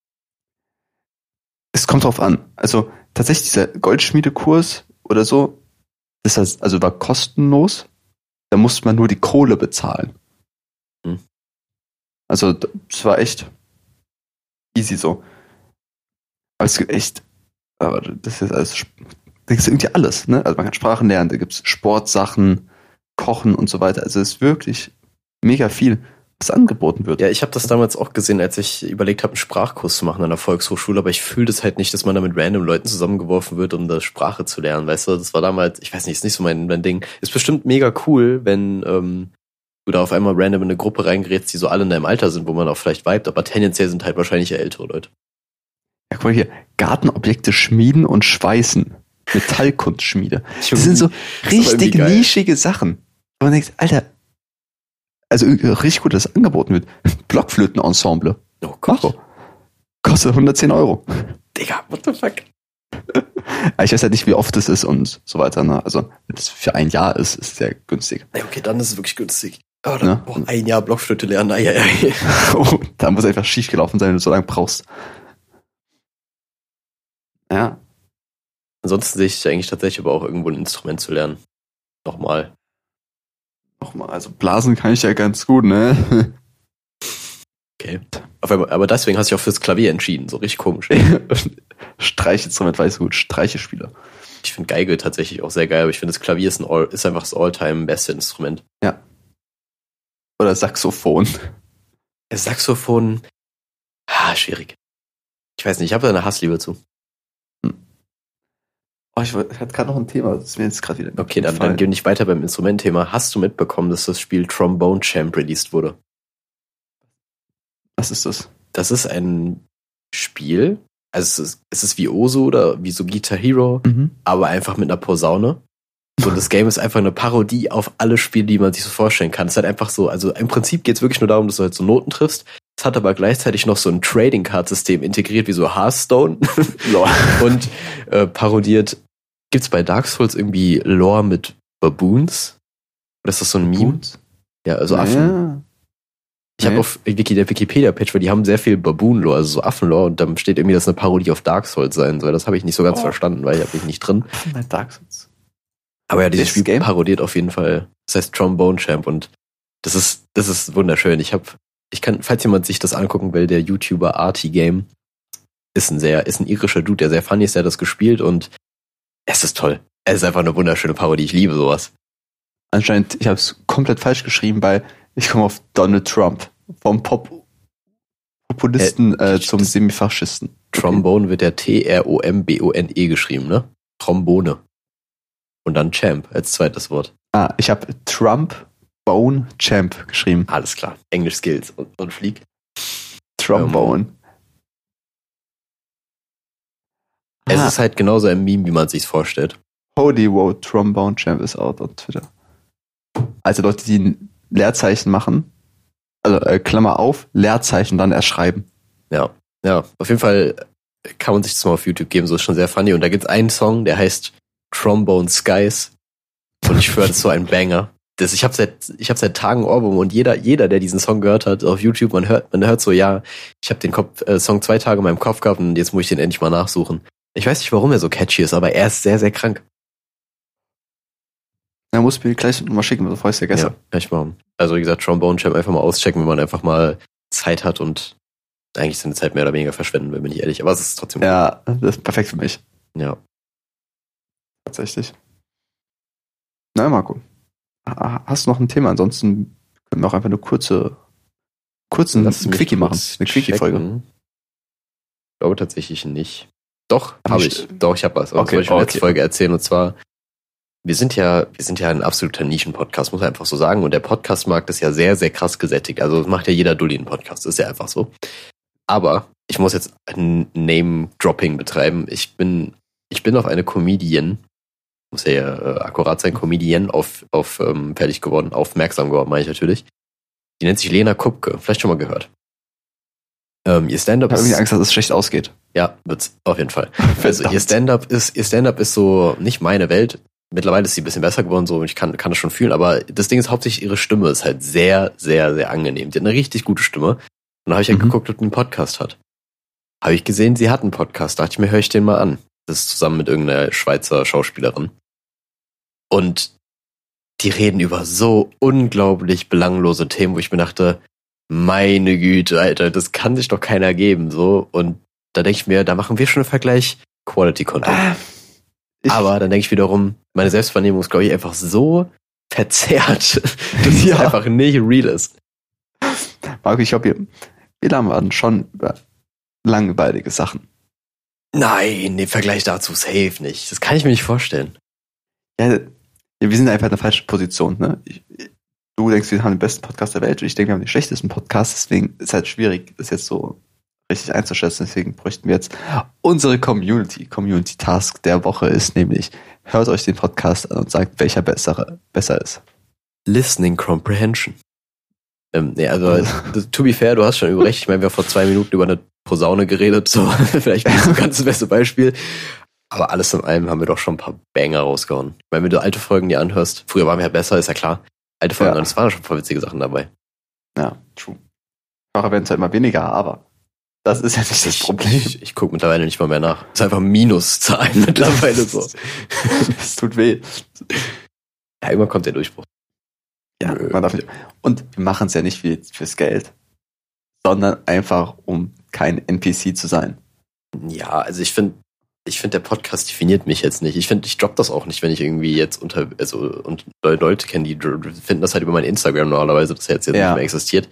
Es kommt drauf an. Also tatsächlich dieser Goldschmiedekurs oder so, das heißt, also war kostenlos. Da musste man nur die Kohle bezahlen. Hm. Also das war echt easy so. Aber es gibt echt, aber das ist alles, da gibt es irgendwie alles, ne? Also man kann Sprachen lernen, da gibt es Sportsachen, Kochen und so weiter. Also es ist wirklich mega viel, was angeboten wird. Ja, ich habe das damals auch gesehen, als ich überlegt habe, einen Sprachkurs zu machen an der Volkshochschule, aber ich fühle das halt nicht, dass man da mit random Leuten zusammengeworfen wird, um da Sprache zu lernen, weißt du? Das war damals, ich weiß nicht, ist nicht so mein, mein Ding. Ist bestimmt mega cool, wenn ähm, du da auf einmal random in eine Gruppe reingerätst, die so alle in deinem Alter sind, wo man auch vielleicht vibet, aber tendenziell sind halt wahrscheinlich eher ältere Leute. Ja, guck mal hier, Gartenobjekte schmieden und schweißen. Metallkunstschmiede. Das sind so aber richtig irgendwie geil. nischige Sachen. Und man denkt, Alter, also richtig gut, dass das angeboten wird. Blockflötenensemble. Oh Gott. Marco. Kostet hundertzehn Euro. Digga, what the fuck? Ich weiß halt nicht, wie oft das ist und so weiter. Ne? Also, wenn das für ein Jahr ist, ist es sehr günstig. Ja, okay, dann ist es wirklich günstig. Oh, dann, Ja. boah, ein Jahr Blockflöte lernen, ai, ai, ai. Oh, da muss einfach schief gelaufen sein, wenn du so lange brauchst. Ja. Ansonsten sehe ich eigentlich tatsächlich aber auch irgendwo ein Instrument zu lernen. Nochmal. Nochmal, also Blasen kann ich ja ganz gut, ne? Okay. Auf einmal, aber deswegen hast du dich auch fürs Klavier entschieden. So richtig komisch. Streichinstrument, weißt du gut, Streichespieler. Ich finde Geige tatsächlich auch sehr geil, aber ich finde das Klavier ist, ein All, ist einfach das Alltime beste Instrument. Ja. Oder Saxophon. Das Saxophon, ah, schwierig. Ich weiß nicht, ich habe da eine Hassliebe zu. Oh, ich, wollt- ich hatte gerade noch ein Thema, das ist mir jetzt gerade wieder. Okay, dann, dann gefallen. gehen wir nicht weiter beim Instrumentthema. Hast du mitbekommen, dass das Spiel Trombone Champ released wurde? Was ist das? Das ist ein Spiel, also es ist, es ist wie Osu oder wie so Guitar Hero, Mhm. aber einfach mit einer Posaune. Und das Game ist einfach eine Parodie auf alle Spiele, die man sich so vorstellen kann. Es ist halt einfach so, also im Prinzip geht es wirklich nur darum, dass du halt so Noten triffst. Es hat aber gleichzeitig noch so ein Trading Card System integriert, wie so Hearthstone. Und äh, parodiert gibt's bei Dark Souls irgendwie Lore mit Baboons? Oder ist das so ein Meme? Gut. Ja, also Naja. Affen. Ich Nee. habe auf Wiki, der Wikipedia-Page, weil die haben sehr viel Baboon-Lore, also so Affen-Lore, und dann steht irgendwie, dass eine Parodie auf Dark Souls sein soll. Das habe ich nicht so ganz Oh. verstanden, weil ich bin nicht drin. Bei Dark Souls. Aber ja, dieses Dieses Spiel Game? parodiert auf jeden Fall. Das heißt Trombone Champ und das ist, das ist wunderschön. Ich habe, ich kann, falls jemand sich das angucken will, der YouTuber Arty Game ist ein sehr, ist ein irischer Dude, der sehr funny ist, der hat das gespielt und es ist toll. Es ist einfach eine wunderschöne Parodie. Ich liebe sowas. Anscheinend, ich habe es komplett falsch geschrieben, weil ich komme auf Donald Trump. Vom Pop Populisten Äh, äh, zum das- Semifaschisten. Trombone wird ja T R O M B O N E geschrieben, ne? Trombone. Und dann Champ als zweites Wort. Ah, ich habe Trump Bone Champ geschrieben. Alles klar. Englisch Skills und, und Flieg. Trombone. Es Ah, ist halt genauso ein Meme, wie man sich's vorstellt. Holy wow, Trombone Champ ist out on Twitter. Also Leute, die ein Leerzeichen machen, also äh, Klammer auf, Leerzeichen dann erschreiben. Ja, ja. Auf jeden Fall kann man sich das mal auf YouTube geben, so ist schon sehr funny. Und da gibt's einen Song, der heißt Trombone Skies. Und ich schwöre, das ist so ein Banger. Das, ich habe seit, ich hab seit Tagen Ohrwurm und jeder, jeder, der diesen Song gehört hat auf YouTube, man hört, man hört so, ja, ich habe den Kopf, äh, Song zwei Tage in meinem Kopf gehabt und jetzt muss ich den endlich mal nachsuchen. Ich weiß nicht, warum er so catchy ist, aber er ist sehr, sehr krank. Er muss mir gleich mal schicken, bevor ich es vergesse. Ja, kann ich machen. Also wie gesagt, Trombone Champ einfach mal auschecken, wenn man einfach mal Zeit hat und eigentlich seine Zeit mehr oder weniger verschwenden will, bin ich ehrlich. Aber es ist trotzdem Ja, das ist perfekt für mich. gut. Ja. Tatsächlich. Na, Marco. ha- Hast du noch ein Thema? Ansonsten können wir auch einfach eine kurze, kurzen Lass mich Quickie machen. kurz Eine Quickie-Folge. checken. Ich glaube tatsächlich nicht. Doch, Ach, habe nicht. ich. Doch, ich habe was. Aber Okay, das wollte ich in der okay. letzten Folge erzählen. Und zwar, wir sind ja, wir sind ja ein absoluter Nischen-Podcast, muss man einfach so sagen. Und der Podcast-Markt ist ja sehr, sehr krass gesättigt. Also das macht ja jeder Dulli einen Podcast. Das ist ja einfach so. Aber ich muss jetzt ein Name-Dropping betreiben. Ich bin, ich bin auf eine Comedian, muss ja äh, akkurat sein, Comedian auf, auf ähm, fertig geworden, aufmerksam geworden, meine ich natürlich. Die nennt sich Lena Kupke. Vielleicht schon mal gehört. Ähm, ihr Stand-up Ich habe ist... irgendwie Angst, dass es schlecht ausgeht. Ja, wird's auf jeden Fall. Also Verdammt. ihr Stand-up ist, ihr Stand-up ist so nicht meine Welt. Mittlerweile ist sie ein bisschen besser geworden, so ich kann, kann das schon fühlen, aber das Ding ist hauptsächlich ihre Stimme ist halt sehr, sehr, sehr angenehm. Die hat eine richtig gute Stimme. Und dann habe ich halt Mhm. geguckt, ob die einen Podcast hat. Habe ich gesehen, sie hat einen Podcast. Dachte ich mir, höre ich den mal an. Das ist zusammen mit irgendeiner Schweizer Schauspielerin. Und die reden über so unglaublich belanglose Themen, wo ich mir dachte, meine Güte, Alter, das kann sich doch keiner geben, so. Und da denke ich mir, da machen wir schon einen Vergleich Quality Content. Ah, ich- Aber dann denke ich wiederum, meine Selbstwahrnehmung ist, glaube ich, einfach so verzerrt, dass es Ja. einfach nicht real ist. Marco, ich glaube, wir, wir labern schon über langweilige Sachen. Nein, den Vergleich dazu safe nicht. Das kann ich mir nicht vorstellen. Ja, wir sind einfach in der falschen Position. Ne? Ich, du denkst, wir haben den besten Podcast der Welt und ich denke, wir haben den schlechtesten Podcast. Deswegen ist es halt schwierig, das jetzt so richtig einzuschätzen. Deswegen bräuchten wir jetzt unsere Community. Community Task der Woche ist nämlich, hört euch den Podcast an und sagt, welcher bessere, besser ist. Listening Comprehension. Ähm, nee, also, das, to be fair, du hast schon über recht. Ich meine, wir haben vor zwei Minuten über eine Posaune geredet, so vielleicht nicht so ganz das beste Beispiel. Aber alles in allem haben wir doch schon ein paar Banger rausgehauen. Ich meine, wenn du alte Folgen dir anhörst, früher waren wir ja besser, ist ja klar. Alte Folgen, Ja. es waren schon ein paar witzige Sachen dabei. Ja, true. Nachher werden es halt immer weniger, aber das ist ja nicht das Ich, Problem. ich, ich gucke mittlerweile nicht mal mehr nach. Es ist einfach Minuszahlen mittlerweile so. Es tut weh. Ja, irgendwann kommt der Durchbruch. Ja, Nö. man darf nicht. Und wir machen es ja nicht für, fürs Geld, sondern einfach, um kein N P C zu sein. Ja, also ich finde, ich finde, der Podcast definiert mich jetzt nicht. Ich finde, ich droppe das auch nicht, wenn ich irgendwie jetzt unter, also, und Leute kenne, die finden das halt über mein Instagram normalerweise, das jetzt, jetzt Ja. nicht mehr existiert.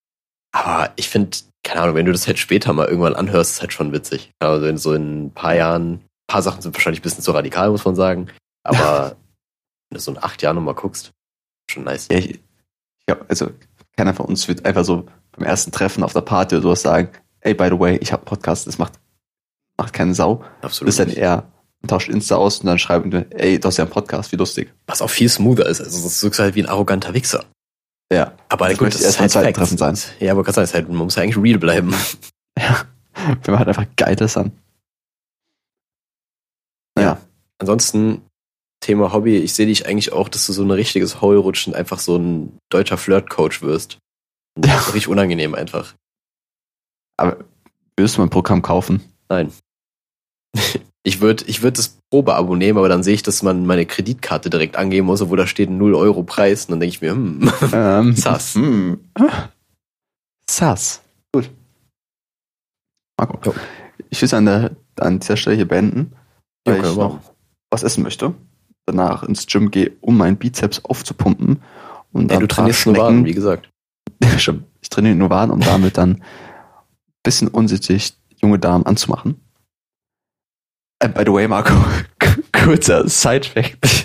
Aber ich finde, keine Ahnung, wenn du das halt später mal irgendwann anhörst, ist halt schon witzig. Also in so in ein paar Jahren, ein paar Sachen sind wahrscheinlich ein bisschen zu radikal, muss man sagen. Aber wenn du so in acht Jahren nochmal guckst, schon nice. Ja, ich, ich glaub, also keiner von uns wird einfach so beim ersten Treffen auf der Party oder sowas sagen, ey, by the way, ich habe einen Podcast, das macht, macht keine Sau. Absolut. Das ist dann nicht. eher, man tauscht Insta aus und dann schreiben wir, ey, du hast ja einen Podcast, wie lustig. Was auch viel smoother ist. Also das ist halt wie ein arroganter Wichser. Ja. Aber Das gut, möchte das erst ist beim halt zweiten Facts. Treffen sein. Ja, aber kannst halt, man muss ja eigentlich real bleiben. Ja. Wir machen halt einfach Geiles an. Ja. Ja. ansonsten, Thema Hobby, ich sehe dich eigentlich auch, dass du so ein richtiges Hole rutschen, einfach so ein deutscher Flirt-Coach wirst. Und das ist richtig unangenehm einfach. Aber würdest du mein Programm kaufen? Nein. Ich würde ich würd das Probeabo nehmen, aber dann sehe ich, dass man meine Kreditkarte direkt angeben muss, obwohl da steht ein null Euro Preis. Und dann denke ich mir, hm, Ähm, sass. Hm. Sass. Gut. Marco, Jo. ich will es an, der, an dieser Stelle hier beenden, Ja, weil können ich wir noch machen. was essen möchte. Danach ins Gym gehe, um meinen Bizeps aufzupumpen. Und Ey, dann du ein paar trainierst nur Schnecken- Waden, wie gesagt. Stimmt. Ich trainiere nur Waden, um damit dann ein bisschen unsittlich junge Damen anzumachen. Äh, by the way, Marco, kurzer Side-Fact.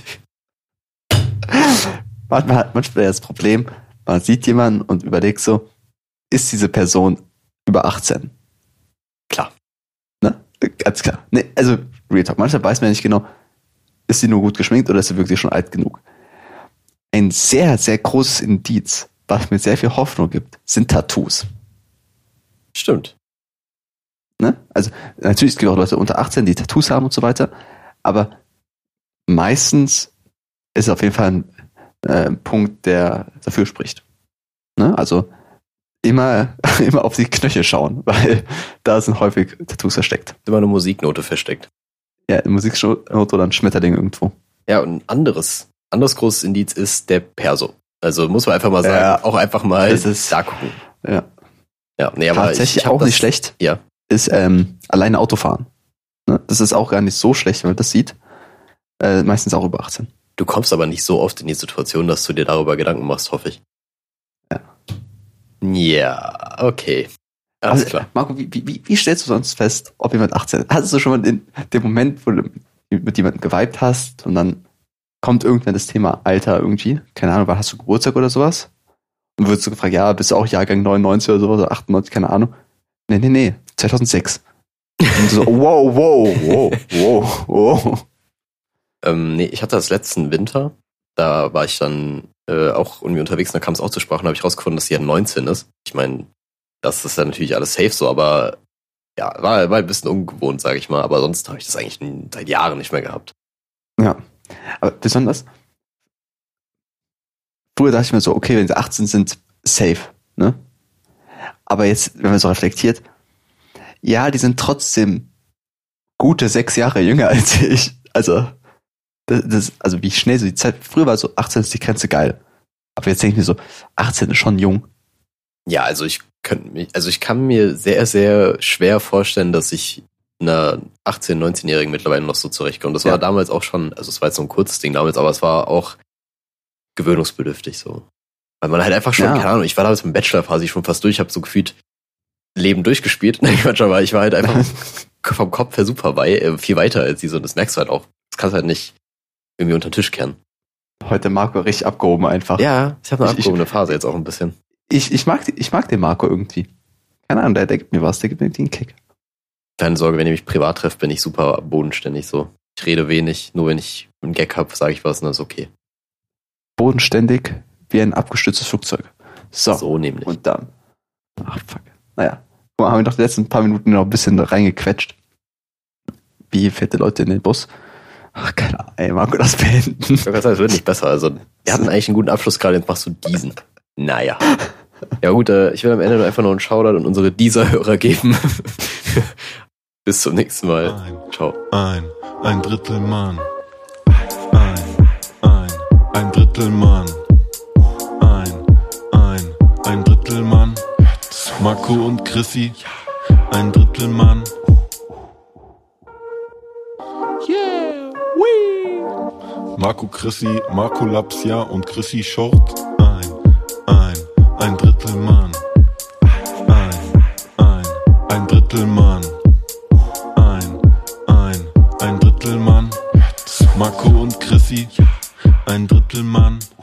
Manchmal hat manchmal das Problem, man sieht jemanden und überlegt so, ist diese Person über achtzehn? Klar. Ne? Ganz klar. Nee, also, Real Talk, manchmal weiß man ja nicht genau, ist sie nur gut geschminkt oder ist sie wirklich schon alt genug? Ein sehr, sehr großes Indiz, was mir sehr viel Hoffnung gibt, sind Tattoos. Stimmt. Ne? Also natürlich, es gibt auch Leute unter achtzehn, die Tattoos haben und so weiter, aber meistens ist es auf jeden Fall ein äh, Punkt, der dafür spricht. Ne? Also immer, immer auf die Knöchel schauen, weil da sind häufig Tattoos versteckt. Ist immer eine Musiknote versteckt. Ja, in Musiknote oder ein Schmetterling irgendwo. Ja, und ein anderes, anderes großes Indiz ist der Perso. Also muss man einfach mal sagen, Ja. auch einfach mal Das ist- da gucken. Ja. Ja, nee, aber Tatsächlich ich, ich hab auch das, nicht schlecht. Ja. Ist ähm, alleine Autofahren. Ne? Das ist auch gar nicht so schlecht, wenn man das sieht. Äh, meistens auch über achtzehn. Du kommst aber nicht so oft in die Situation, dass du dir darüber Gedanken machst, hoffe ich. Ja. Ja, okay. Alles Also, klar. Marco, wie, wie, wie stellst du sonst fest, ob jemand achtzehn ist? Hattest du schon mal den, den Moment, wo du mit jemandem geweibt hast und dann kommt irgendwann das Thema Alter irgendwie? Keine Ahnung, wann hast du Geburtstag oder sowas? Und wirst du gefragt, ja, bist du auch Jahrgang neunundneunzig oder sowas, oder achtundneunzig, keine Ahnung. Nee, nee, nee, zweitausendsechs. Und so, wow, wow, wow, wow, wow. Ähm, nee, ich hatte das letzten Winter, da war ich dann äh, auch irgendwie unterwegs, und da kam es auch zur Sprache, und habe ich rausgefunden, dass sie ja neunzehn ist. Ich meine, das ist ja natürlich alles safe so, aber ja, war, war ein bisschen ungewohnt, sage ich mal, aber sonst habe ich das eigentlich n- seit Jahren nicht mehr gehabt. Ja, aber besonders, früher dachte ich mir so, okay, wenn sie achtzehn sind, safe, ne? Aber jetzt, wenn man so reflektiert, ja, die sind trotzdem gute sechs Jahre jünger als ich. Also, das, das, also wie schnell so die Zeit, früher war so, achtzehn ist die Grenze geil. Aber jetzt denke ich mir so, achtzehn ist schon jung. Ja, also ich könnte mich, also ich kann mir sehr, sehr schwer vorstellen, dass ich einer achtzehn-, neunzehnjährigen mittlerweile noch so zurechtkomme. Das war Ja. damals auch schon, also es war jetzt so ein kurzes Ding damals, aber es war auch gewöhnungsbedürftig so. Weil man halt einfach schon, Ja. keine Ahnung, ich war damals mit Bachelor-Phase schon fast durch, ich habe so gefühlt Leben durchgespielt. Nein, Quatsch, aber ich war halt einfach vom Kopf her super wei äh, viel weiter als sie so. Und das merkst du halt auch. Das kannst du halt nicht irgendwie unter den Tisch kehren. Heute Marco richtig abgehoben einfach. Ja, ich habe eine Ich- ich- abgehobene Phase jetzt auch ein bisschen. Ich, ich, mag, die- ich mag den Marco irgendwie. Keine Ahnung, der, der gibt mir was, der gibt mir irgendwie einen Kick. Keine Sorge, wenn ihr mich privat trefft, bin ich super bodenständig so. Ich rede wenig, nur wenn ich einen Gag habe, sage ich was und das ist okay. Bodenständig wie ein abgestürztes Flugzeug. So, So nämlich. und dann. Ach, fuck. Naja, guck mal, haben wir noch die letzten paar Minuten noch ein bisschen reingequetscht. Wie fette Leute in den Bus. Ach, keine Ahnung, ey, Marco, das beenden. Ich würde sagen, es wird nicht besser. Also, wir hatten eigentlich einen guten Abschluss gerade, jetzt machst du diesen. Naja. Ja gut, äh, ich will am Ende nur einfach noch einen Shoutout an unsere Dieser-Hörer geben. Bis zum nächsten Mal. Ein, Ciao. ein, ein Drittel Mann. Ein, ein, ein Drittel Mann. Ein, ein, ein Drittel Mann. Marco und Chrissy, ein Drittel Mann. Marco Chrissy, Marco Lapsia und Chrissy Short. Ein, ein, ein Drittel Mann. Ein, ein, ein Drittel Mann. Ein, ein, ein Drittel Mann. Marco und Chrissy, ein Drittel Mann.